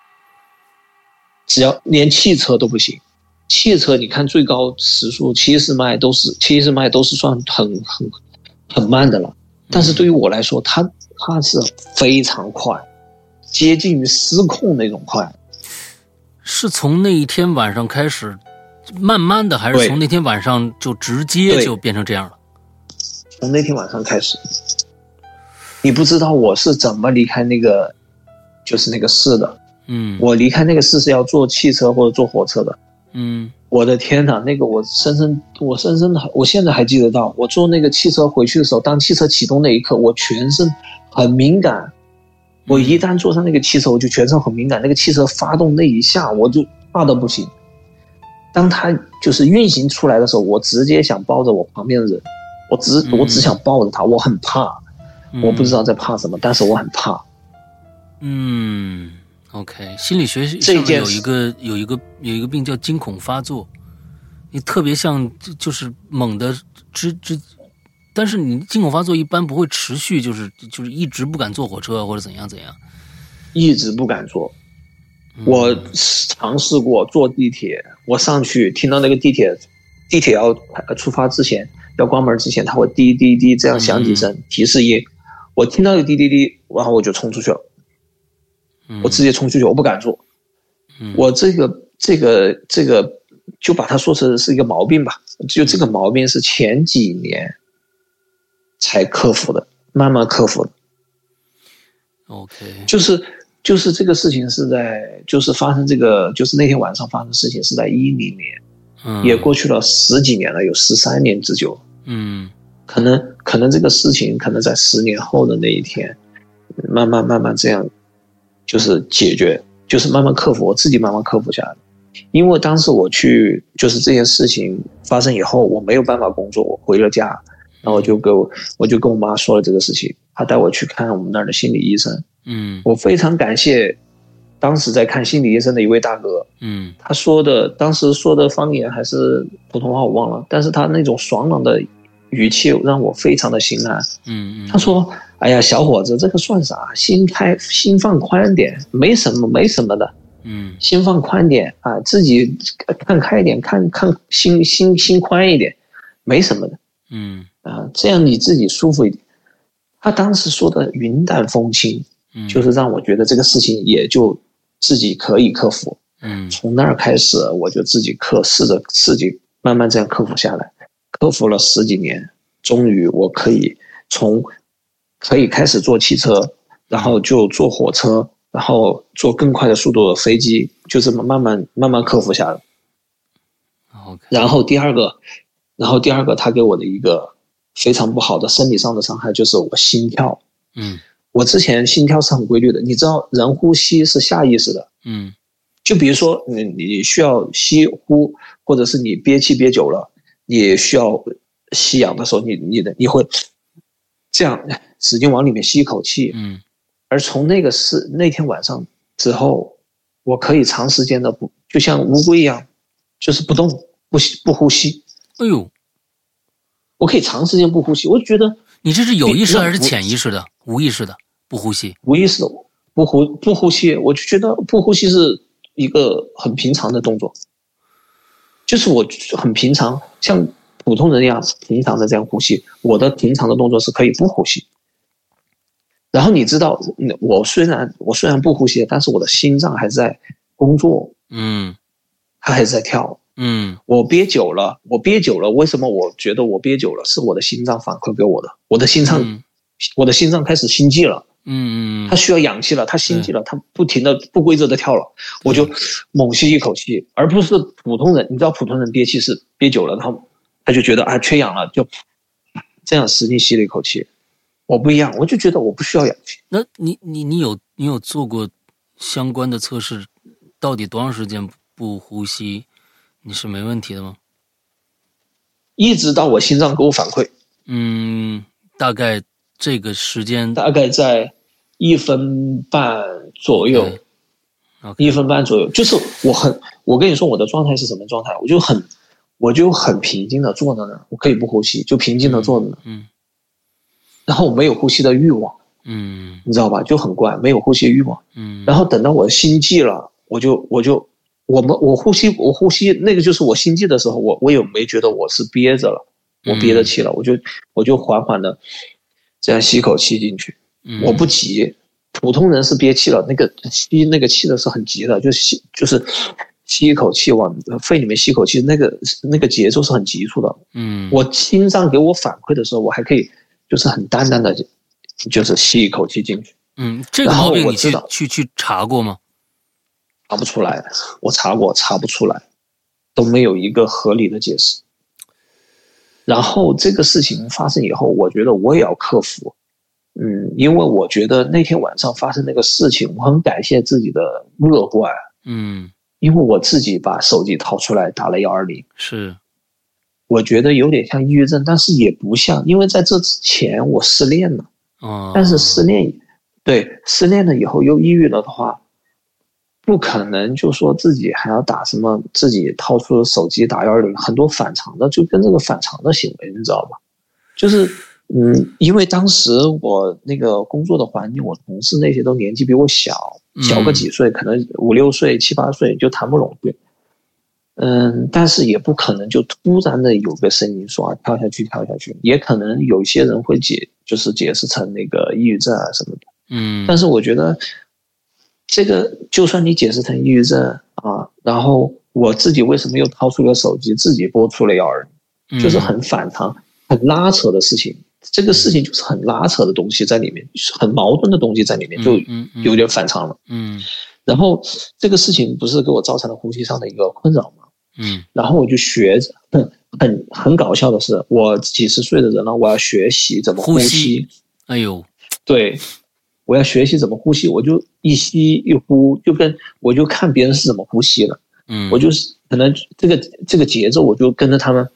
只要连汽车都不行，汽车你看最高时速70迈都是算很慢的了。但是对于我来说，它是非常快，接近于失控那种快。 是从那一天晚上开始慢慢的，还是从那天晚上就直接就变成这样了？ 从那天晚上开始。你不知道我是怎么离开那个就是那个市的。我离开那个市是要坐汽车或者坐火车的。我的天哪，那个我深深的，我现在还记得到，我坐那个汽车回去的时候，当汽车启动那一刻，我全身很敏感。我一旦坐上那个汽车，我就全身很敏感。那个汽车发动那一下，我就怕得不行。当它就是运行出来的时候，我直接想抱着我旁边的人，我只想抱着他，我很怕。我不知道在怕什么，但是我很怕。 OK， 心理学上面有一个病叫惊恐发作，你特别像就是猛的但是你惊恐发作一般不会持续，就是一直不敢坐火车或者怎样。 一直不敢坐。我尝试过坐地铁，我上去听到那个地铁要出发之前，要关门之前，它会滴滴滴这样响几声提示音。我听到有滴滴滴，然后我就冲出去了。我直接冲出去，我不敢坐。我这个就把它说成是一个毛病吧。就这个毛病是前几年才克服的，慢慢克服的。 OK， 就是这个事情是在就是发生就是那天晚上发生的事情是在2010年，也过去了10几年了，有13年之久。可能这个事情可能在10年后的那一天，慢慢这样就是解决，就是慢慢克服，我自己慢慢克服下来。因为当时我去就是这件事情发生以后，我没有办法工作，我回了家，然后我就跟我妈说了这个事情，她带我去看我们那儿的心理医生。我非常感谢当时在看心理医生的一位大哥。他当时说的方言还是普通话我忘了，但是他那种爽朗的语气让我非常的心安。他说：“哎呀，小伙子，这个算啥？心放宽点，没什么的。心放宽点啊，自己看开一点，看心宽一点，没什么的。这样你自己舒服一点。”他当时说的云淡风轻，就是让我觉得这个事情也就自己可以克服。从那儿开始，我就试着自己慢慢这样克服下来，克服了10几年，终于我可以开始坐汽车，然后就坐火车，然后坐更快的速度的飞机，就这么慢慢克服下来。然后第二个，他给我的一个非常不好的生理上的伤害就是我心跳。我之前心跳是很规律的，你知道人呼吸是下意识的。就比如说你需要吸呼，或者是你憋气憋久了，你需要吸氧的时候，你会这样使劲往里面吸一口气。而从那天晚上之后，我可以长时间的就像乌龟一样，就是不动不呼吸。 哎呦， 我可以长时间不呼吸。我觉得你这是有意识还是潜意识的？无意识的不呼吸？ 无意识的不呼吸。我就觉得不呼吸是一个很平常的动作，就是我很平常，像普通人一样平常的这样呼吸。我的平常的动作是可以不呼吸。然后你知道，我虽然不呼吸，但是我的心脏还在工作。它还是在跳。我憋久了，为什么我觉得我憋久了？是我的心脏反馈给我的，我的心脏开始心悸了。它需要氧气了，它心悸了，它不停的不规则的跳了，我就猛吸一口气，而不是普通人。你知道普通人憋气是憋久了，他就觉得缺氧了，就这样使劲吸了一口气。我不一样，我就觉得我不需要氧气。 那你有做过相关的测试？到底多长时间不呼吸你是没问题的吗？ 一直到我心脏给我反馈。 大概这个时间大概在1分半左右。1分半左右，就是我跟你说我的状态是什么状态？我就很平静的坐在那儿，我可以不呼吸，就平静的坐在那儿。然后我没有呼吸的欲望。你知道吧？就很怪，没有呼吸欲望。然后等到我心悸了，我呼吸那个就是我心悸的时候，我也没觉得我是憋着了，我憋着气了，我就缓缓的这样吸口气进去。我不急，普通人是憋气了，吸那个气的是很急的，就是吸一口气往肺里面吸口气，那个节奏是很急促的。我心脏给我反馈的时候，我还可以就是很淡淡的，就是吸一口气进去。 这个毛病你去查过吗？ 查不出来，我查过，查不出来，都没有一个合理的解释。然后这个事情发生以后，我觉得我也要克服。因为我觉得那天晚上发生那个事情，我很感谢自己的乐观。因为我自己把手机掏出来打了120。 是， 我觉得有点像抑郁症，但是也不像，因为在这之前我失恋了。但是失恋了以后又抑郁了的话，不可能就说自己还要打什么，自己掏出手机打120，很多反常的，就跟这个反常的行为，你知道吧？就是因为当时我那个工作的环境，我同事那些都年纪比我小个几岁，可能5、6岁、7、8岁就谈不拢去。但是也不可能就突然的有个声音说跳下去，也可能有些人会解释成那个抑郁症啊什么的。但是我觉得这个就算你解释成抑郁症啊，然后我自己为什么又掏出了手机自己拨出了120，就是很反常、很拉扯的事情。这个事情就是很拉扯的东西在里面，很矛盾的东西在里面，就有点反常了。然后这个事情不是给我造成了呼吸上的一个困扰吗？然后我就学着，很搞笑的是，我几十岁的人了，我要学习怎么呼吸。 哎呦， 对，我要学习怎么呼吸，我就一吸一呼，我就看别人是怎么呼吸了。我就是可能这个节奏，我就跟着他们。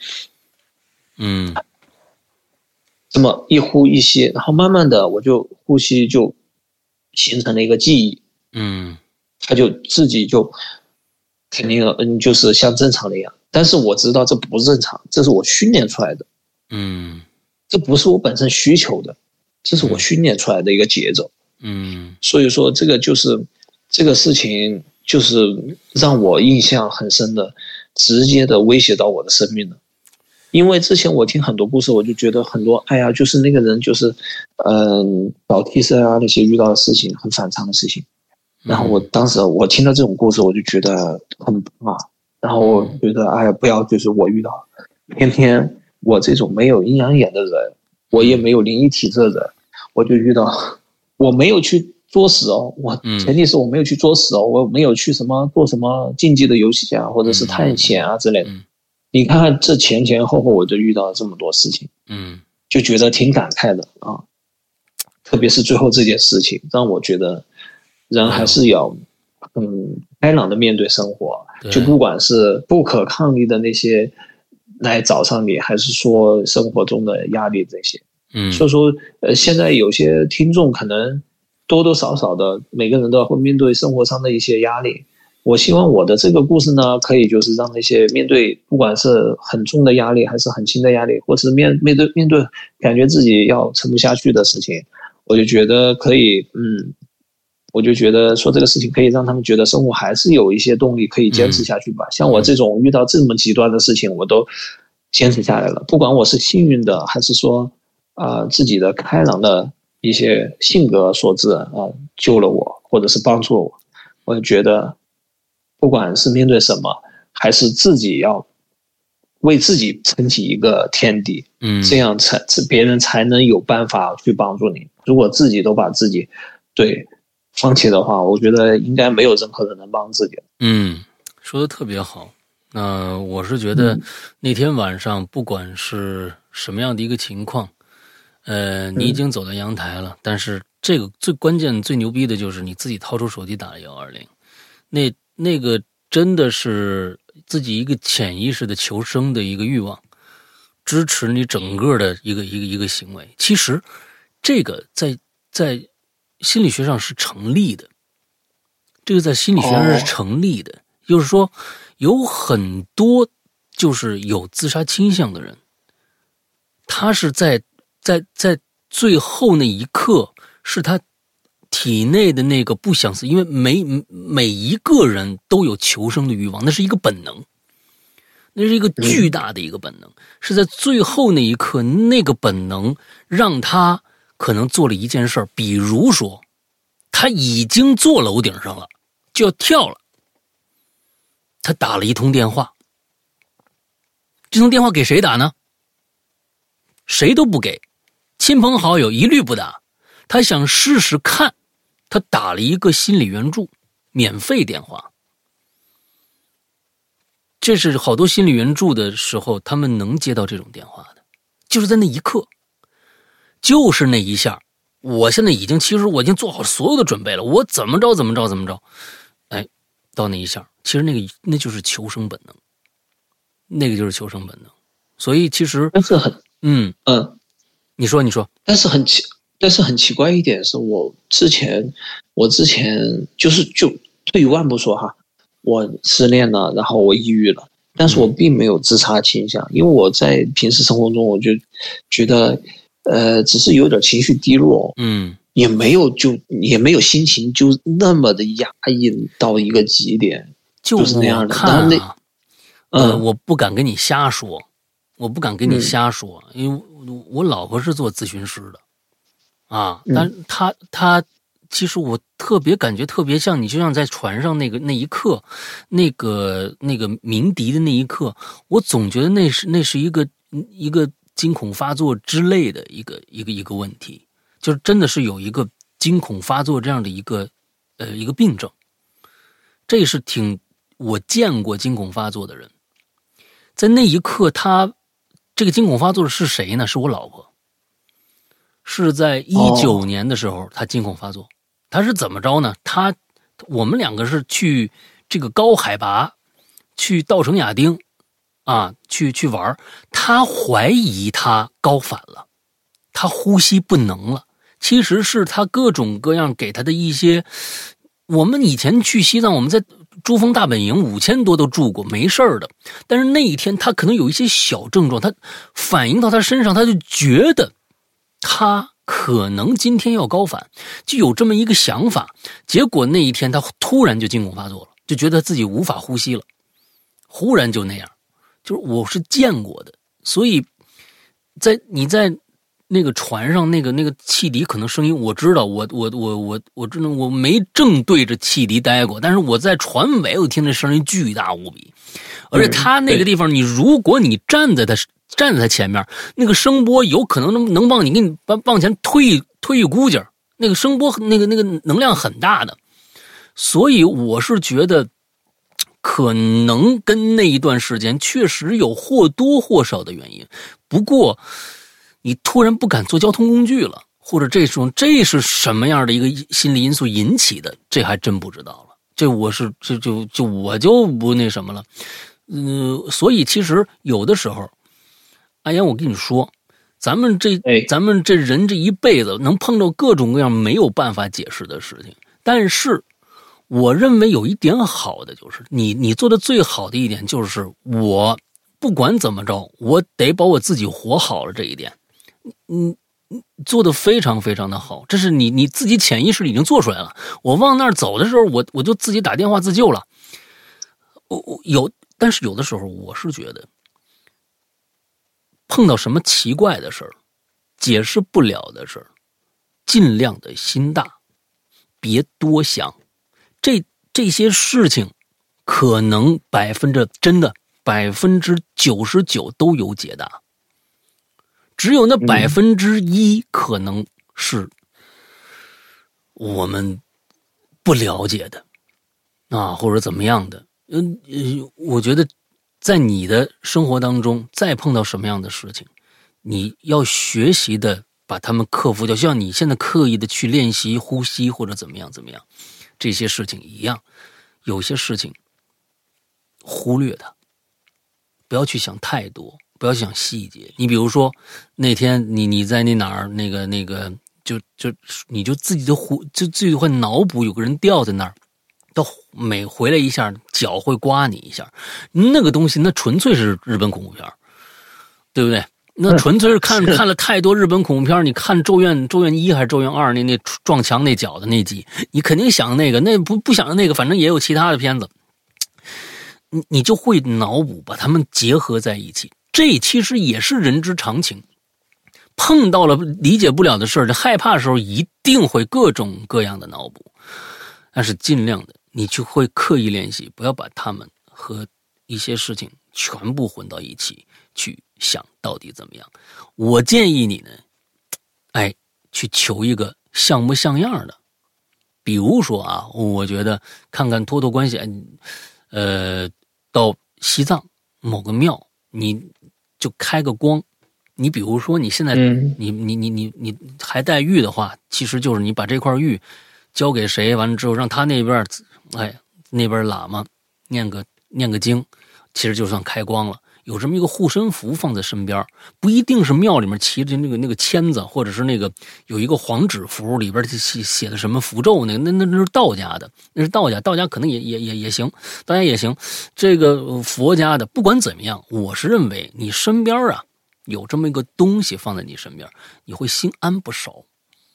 这么一呼一吸，然后慢慢的我就呼吸就形成了一个记忆。他就自己就肯定就是像正常的一样，但是我知道这不正常，这是我训练出来的。这不是我本身需求的，这是我训练出来的一个节奏。所以说这个就是这个事情就是让我印象很深的，直接的威胁到我的生命了。因为之前我听很多故事，我就觉得很多，哎呀，就是那个人就是找替身啊，那些遇到的事情很反常的事情。然后我当时我听到这种故事，我就觉得很怕。然后我觉得，哎呀，不要就是我遇到，偏偏我这种没有阴阳眼的人，我也没有灵异体质的人，我就遇到，我没有去作死哦，前提是我没有去作死哦，我没有去做什么竞技的游戏啊，或者是探险啊之类的。你看看这前后我就遇到了这么多事情，就觉得挺感慨的啊。特别是最后这件事情，让我觉得人还是要开朗的面对生活，就不管是不可抗力的那些来找上你，还是说生活中的压力这些。所以说现在有些听众可能多多少少的每个人都会面对生活上的一些压力。我希望我的这个故事呢，可以就是让那些面对不管是很重的压力还是很轻的压力，或者是面对感觉自己要撑不下去的事情，我就觉得可以我就觉得说这个事情可以让他们觉得生活还是有一些动力可以坚持下去吧。像我这种遇到这么极端的事情我都坚持下来了，不管我是幸运的还是说自己的开朗的一些性格所致救了我或者是帮助了我。我就觉得不管是面对什么，还是自己要为自己撑起一个天地，这样别人才能有办法去帮助你。如果自己都把自己放弃的话，我觉得应该没有任何人能帮自己。 说的特别好。那我是觉得那天晚上不管是什么样的一个情况，你已经走到阳台了，但是这个最关键最牛逼的就是你自己掏出手机打了120，那个真的是自己一个潜意识的求生的一个欲望，支持你整个的一个行为。其实这个在心理学上是成立的，这个在心理学上是成立的。就是说有很多就是有自杀倾向的人，他是在最后那一刻是他体内的那个不想死，因为每一个人都有求生的欲望，那是一个本能，那是一个巨大的一个本能，是在最后那一刻，那个本能让他可能做了一件事，比如说他已经坐楼顶上了，就要跳了，他打了一通电话，这通电话给谁打呢？谁都不给，亲朋好友一律不打，他想试试看，他打了一个心理援助免费电话。这是好多心理援助的时候他们能接到这种电话的，就是在那一刻，就是那一下，我现在其实我已经做好所有的准备了，我怎么着，哎，到那一下，其实那就是求生本能，那个就是求生本能。所以其实但是你说， 但是很奇怪一点是，我之前就退一万步说哈，我失恋了，然后我抑郁了，但是我并没有自杀倾向，因为我在平时生活中我就觉得只是有点情绪低落，也没有心情就那么的压抑到一个极点，就是那样的。 看我不敢跟你瞎说，因为我老婆是做咨询师的啊，但她其实我感觉特别像你，就像在船上那一刻，那个鸣笛的那一刻，我总觉得那是一个惊恐发作之类的一个问题，就是真的是有一个惊恐发作这样的一个病症。这是我见过惊恐发作的人，在那一刻这个惊恐发作的是谁呢？是我老婆，是在19年的时候她惊恐发作。她是怎么着呢？我们两个是去这个高海拔去稻城亚丁啊，去玩，他怀疑他高反了，他呼吸不能了。其实是他各种各样给他的一些，我们以前去西藏，我们在珠峰大本营5000多都住过，没事的。但是那一天他可能有一些小症状，他反映到他身上，他就觉得他可能今天要高反，就有这么一个想法。结果那一天他突然就惊恐发作了，就觉得自己无法呼吸了，忽然就那样。就是我是见过的，所以你在那个船上那个汽笛可能声音我知道，我知道我没正对着汽笛待过，但是我在船尾我听那声音巨大无比，而且他那个地方如果你站在他前面，那个声波有可能能给你往前推一股劲儿，那个声波那个能量很大的，所以我是觉得可能跟那一段时间确实有或多或少的原因。不过你突然不敢坐交通工具了，或者这是什么样的一个心理因素引起的，这还真不知道了。这我就不那什么了。所以其实有的时候阿言，我跟你说，咱们这人这一辈子能碰到各种各样没有办法解释的事情，但是我认为有一点好的就是你做的最好的一点就是我不管怎么着，我得把我自己活好了，这一点做的非常非常的好，这是你自己潜意识已经做出来了。我往那儿走的时候，我就自己打电话自救了。但是有的时候我是觉得碰到什么奇怪的事儿，解释不了的事儿，尽量的心大，别多想。这些事情可能99%都有解答，只有那1%可能是我们不了解的啊，或者怎么样的。我觉得在你的生活当中再碰到什么样的事情，你要学习的把他们克服掉，就像你现在刻意的去练习呼吸或者怎么样这些事情一样。有些事情忽略它，不要去想太多，不要想细节。你比如说那天你在那哪儿那个你就自己会脑补有个人掉在那儿，到每回来一下脚会刮你一下，那个东西那纯粹是日本恐怖片，对不对？那纯粹是看了太多日本恐怖片。你看咒怨1还是咒怨2那撞墙那脚的那集，你肯定想那个，那不想那个，反正也有其他的片子，你就会脑补把它们结合在一起。这其实也是人之常情，碰到了理解不了的事儿，害怕的时候一定会各种各样的脑补，但是尽量的你就会刻意练习，不要把它们和一些事情全部混到一起去想到底怎么样。我建议你呢，去求一个像不像样的。比如说啊，我觉得看看托关系，到西藏某个庙，你就开个光。你比如说你现在你还带玉的话，其实就是你把这块玉交给谁，完了之后让他那边喇嘛念个经，其实就算开光了。有这么一个护身符放在身边，不一定是庙里面骑着那个签子，或者是那个有一个黄纸符里边写的什么符咒，那是道家的，那是道家可能也行，道家也行。这个佛家的不管怎么样，我是认为你身边啊有这么一个东西放在你身边，你会心安不少。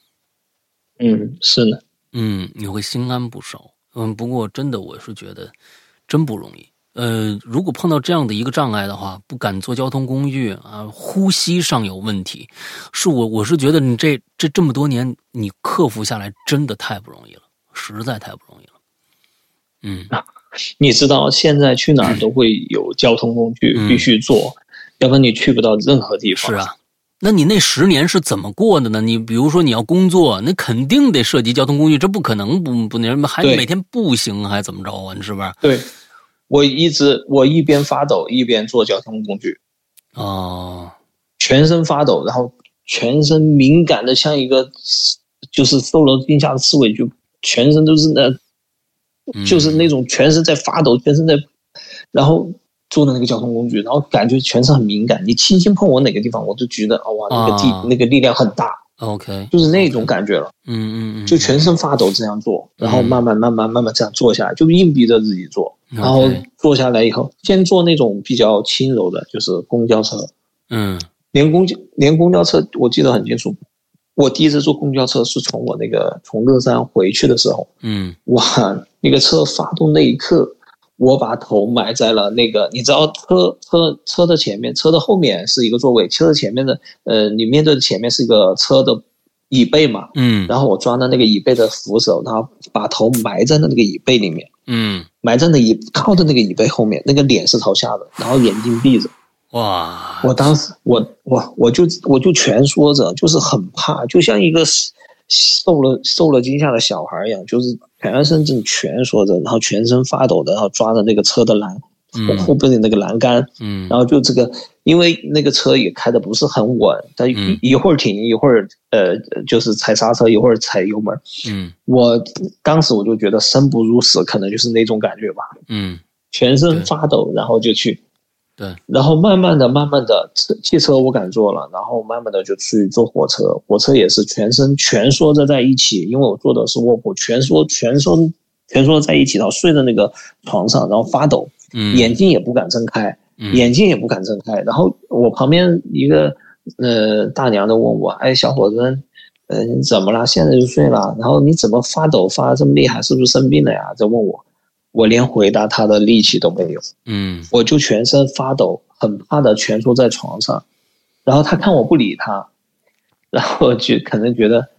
是的。 你会心安不少。不过真的我是觉得真不容易。如果碰到这样的一个障碍的话，不敢坐交通工具啊，呼吸上有问题，我是觉得你这么多年你克服下来真的太不容易了，实在太不容易了。 你知道现在去哪儿都会有交通工具必须坐，要不然你去不到任何地方。 是啊，那你那10年是怎么过的呢？你比如说你要工作，那肯定得涉及交通工具，这不可能不还每天步行还怎么着啊？你是不是？ 对，我一边发抖一边坐交通工具。全身发抖，然后全身敏感的像一个就是受了惊吓的刺猬，就全身都是就是那种全身在发抖，全身在，然后坐的那个交通工具，然后感觉全身很敏感，你轻轻碰我哪个地方，我就觉得哇，那个力量很大。 OK， 就是那种感觉了。就全身发抖这样做，然后慢慢这样坐下来，就硬逼着自己坐。然后坐下来以后，先坐那种比较轻柔的，就是公交车。连公交车我记得很清楚。我第一次坐公交车是从乐山回去的时候，哇，那个车发动那一刻，我把头埋在了那个，你知道车的前面，车的后面是一个座位，车的前面的你面对的前面是一个车的椅背嘛，然后我抓到那个椅背的扶手，然后把头埋在那个椅背里面，埋在靠着那个椅背后面，那个脸是朝下的，然后眼睛闭着。 哇！ 我当时我就蜷缩着，就是很怕，就像一个受了惊吓的小孩一样，就是全身正蜷缩着，然后全身发抖的，然后抓着那个车的后边的那个栏杆，然后就这个，因为那个车也开的不是很稳，它一会儿停一会儿就是踩刹车，一会儿踩油门，我当时我就觉得生不如死，可能就是那种感觉吧，全身发抖，然后就去。 对， 然后慢慢的，汽车我敢坐了，然后慢慢的就去坐火车，火车也是全身蜷缩着在一起，因为我坐的是卧铺，蜷缩在一起，然后睡在那个床上，然后发抖，眼睛也不敢睁开，然后我旁边一个大娘的问我，哎，小伙子，你怎么了？现在就睡了，然后你怎么发抖发这么厉害？是不是生病了呀？在问我。我连回答他的力气都没有，我就全身发抖，很怕的蜷缩在床上，然后他看我不理他，然后就可能觉得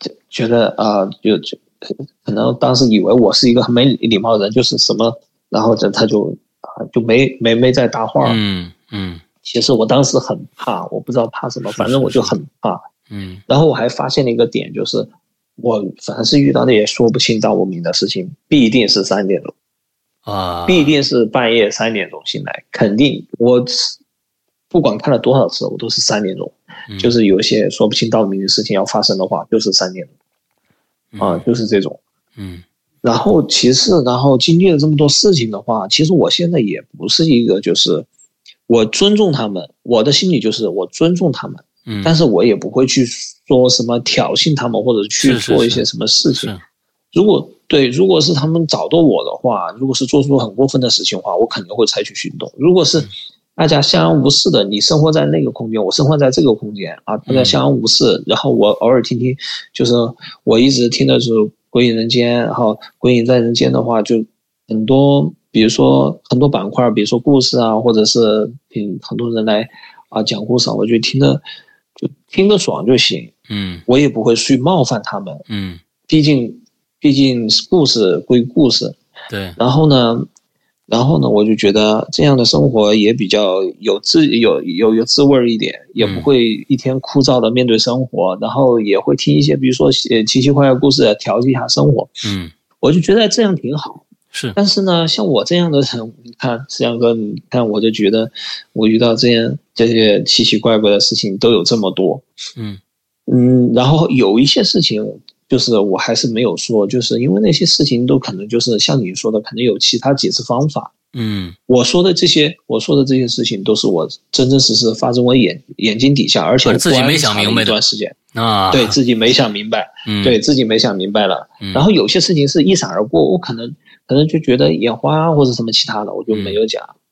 可能当时以为我是一个很没礼貌的人，就是什么，然后他就没再搭话。其实我当时很怕，我不知道怕什么，反正我就很怕。然后我还发现了一个点，就是我凡是遇到那些说不清道不明的事情，必定是3点钟。必定是半夜3点钟醒来，肯定我不管看了多少次，我都是3点钟。就是有些说不清道不明的事情要发生的话，就是3点钟。就是这种。然后经历了这么多事情的话，其实我现在也不是一个就是我尊重他们，我的心里就是我尊重他们，但是我也不会去说什么挑衅他们或者去做一些什么事情。如果是他们找到我的话，如果是做出很过分的事情的话，我肯定会采取行动。如果是大家相安无事的，你生活在那个空间，我生活在这个空间啊，大家相安无事，然后我偶尔听听，就是我一直听的是《鬼影人间》，然后《鬼影在人间》的话，就很多，比如说很多板块，比如说故事啊，或者是很多人来讲故事，我就听得爽就行。我也不会去冒犯他们。毕竟故事归故事， 对。 然后呢，我就觉得这样的生活也比较有滋味一点，也不会一天枯燥的面对生活，然后也会听一些比如说奇奇怪怪的故事调剂一下生活。我就觉得这样挺好。 是。 但是呢，像我这样的人，你看思阳哥，你看我就觉得我遇到这些奇奇怪怪的事情都有这么多。然后有一些事情。就是我还是没有说，就是因为那些事情都可能就是像你说的，可能有其他解释方法。我说的这些事情都是我真真实实发生我眼睛底下，而且自己没想明白一段时间对自己没想明白，对自己没想明白了。然后有些事情是一闪而过，我可能就觉得眼花或者什么其他的，我就没有讲。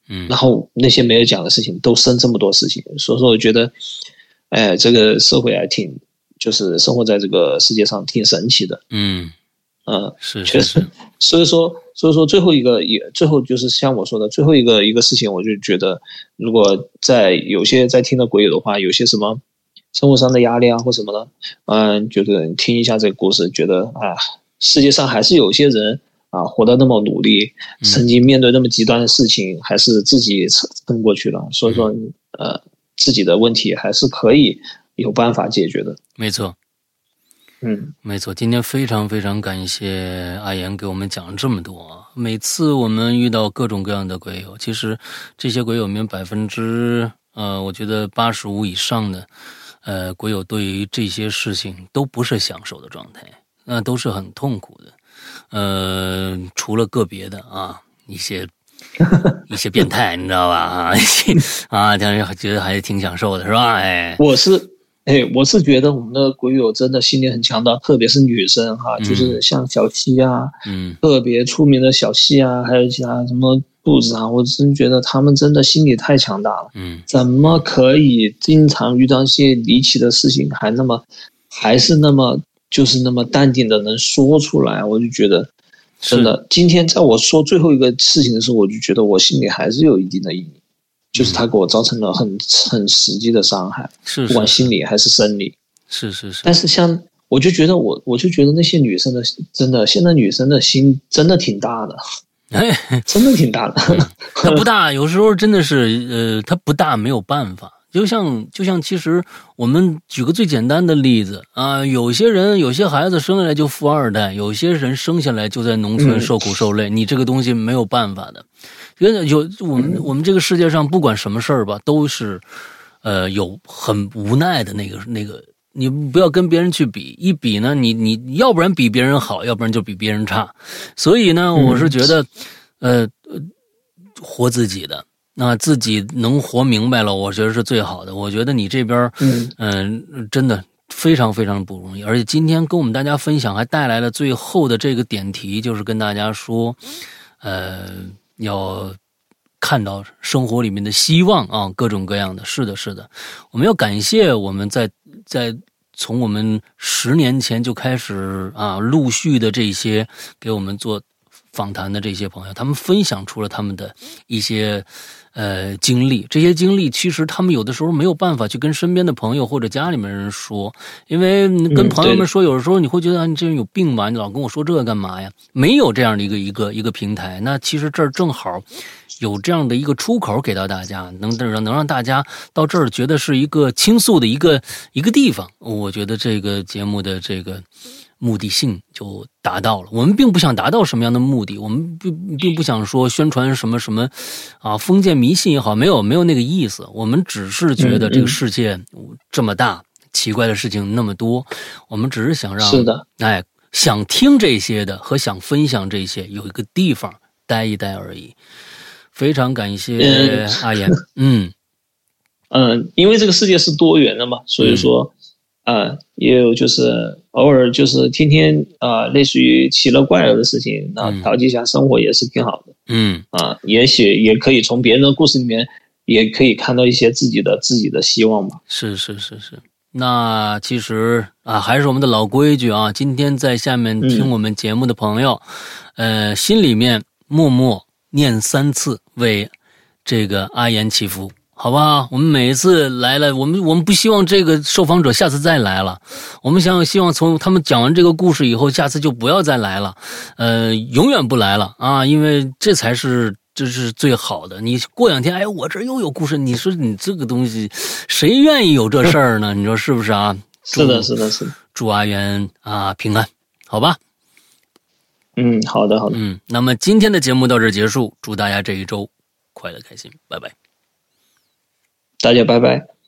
然后那些没有讲的事情都生这么多事情，所以说我觉得，这个社会还就是生活在这个世界上挺神奇的。 是确实。所以说最后就是像我说的最后一个事情，我就觉得，如果有些在听的鬼友的话，有些什么生活上的压力啊或什么的，就是听一下这个故事，觉得世界上还是有些人活得那么努力，曾经面对那么极端的事情，还是自己撑过去了。所以说，自己的问题还是可以有办法解决的。 没错。没错，今天非常非常感谢阿言给我们讲了这么多。每次我们遇到各种各样的鬼友，其实这些鬼友里面我觉得85%以上的鬼友对于这些事情都不是享受的状态，那都是很痛苦的。除了个别的一些变态，你知道吧？但是觉得还是挺享受的，是吧？ 我是觉得我们的鬼友真的心理很强大，特别是女生就是像小西特别出名的小西还有其他什么肚子我真觉得他们真的心理太强大了。怎么可以经常遇到一些离奇的事情，还是那么就是那么淡定的能说出来？我就觉得真的，今天在我说最后一个事情的时候，我就觉得我心里还是有一定的阴影。就是他给我造成了很实际的伤害，不管心理还是生理。 是。 但是我就觉得那些女生的真的，现在女生的心真的挺大的，真的挺大的。 她不大，有时候真的是她不大没有办法。就像其实我们举个最简单的例子有些孩子生下来就富二代，有些人生下来就在农村受苦受累，你这个东西没有办法的。我们这个世界上不管什么事儿吧，都是有很无奈的那个，你不要跟别人去比，一比呢，你要不然比别人好，要不然就比别人差。所以呢，我是觉得活自己的。那自己能活明白了，我觉得是最好的。我觉得你这边真的非常非常不容易，而且今天跟我们大家分享还带来了最后的这个点题，就是跟大家说要看到生活里面的希望各种各样的。是的，我们要感谢我们在从我们10年前就开始陆续的这些给我们做访谈的这些朋友，他们分享出了他们的一些经历。这些经历其实他们有的时候没有办法去跟身边的朋友或者家里面人说，因为跟朋友们说，有的时候你会觉得你这人有病吧，你老跟我说这个干嘛呀？没有这样的一个平台，那其实这儿正好有这样的一个出口给到大家，能让大家到这儿觉得是一个倾诉的一个地方。我觉得这个节目的这个目的性就达到了。我们并不想达到什么样的目的，我们并不想说宣传什么封建迷信也好，没有那个意思。我们只是觉得这个世界这么大，奇怪的事情那么多，我们只是想让想听这些的和想分享这些有一个地方待一待而已。非常感谢阿言。 因为这个世界是多元的嘛，所以说也有就是偶尔就是听听类似于奇了怪了的事情，然后调剂一下生活也是挺好的。也许也可以从别人的故事里面也可以看到一些自己的希望吧。 是。那其实还是我们的老规矩今天在下面听我们节目的朋友心里面默默念3次为这个阿言祈福，好不好？我们每一次来了，我们不希望这个受访者下次再来了，我们希望从他们讲完这个故事以后，下次就不要再来了，永远不来了因为这是最好的。你过2天，我这又有故事，你说你这个东西，谁愿意有这事儿呢？你说是不是啊？ 是的。 祝阿元平安，好吧？ 好的。 那么今天的节目到这儿结束，祝大家这一周快乐开心，拜拜。 大家拜拜。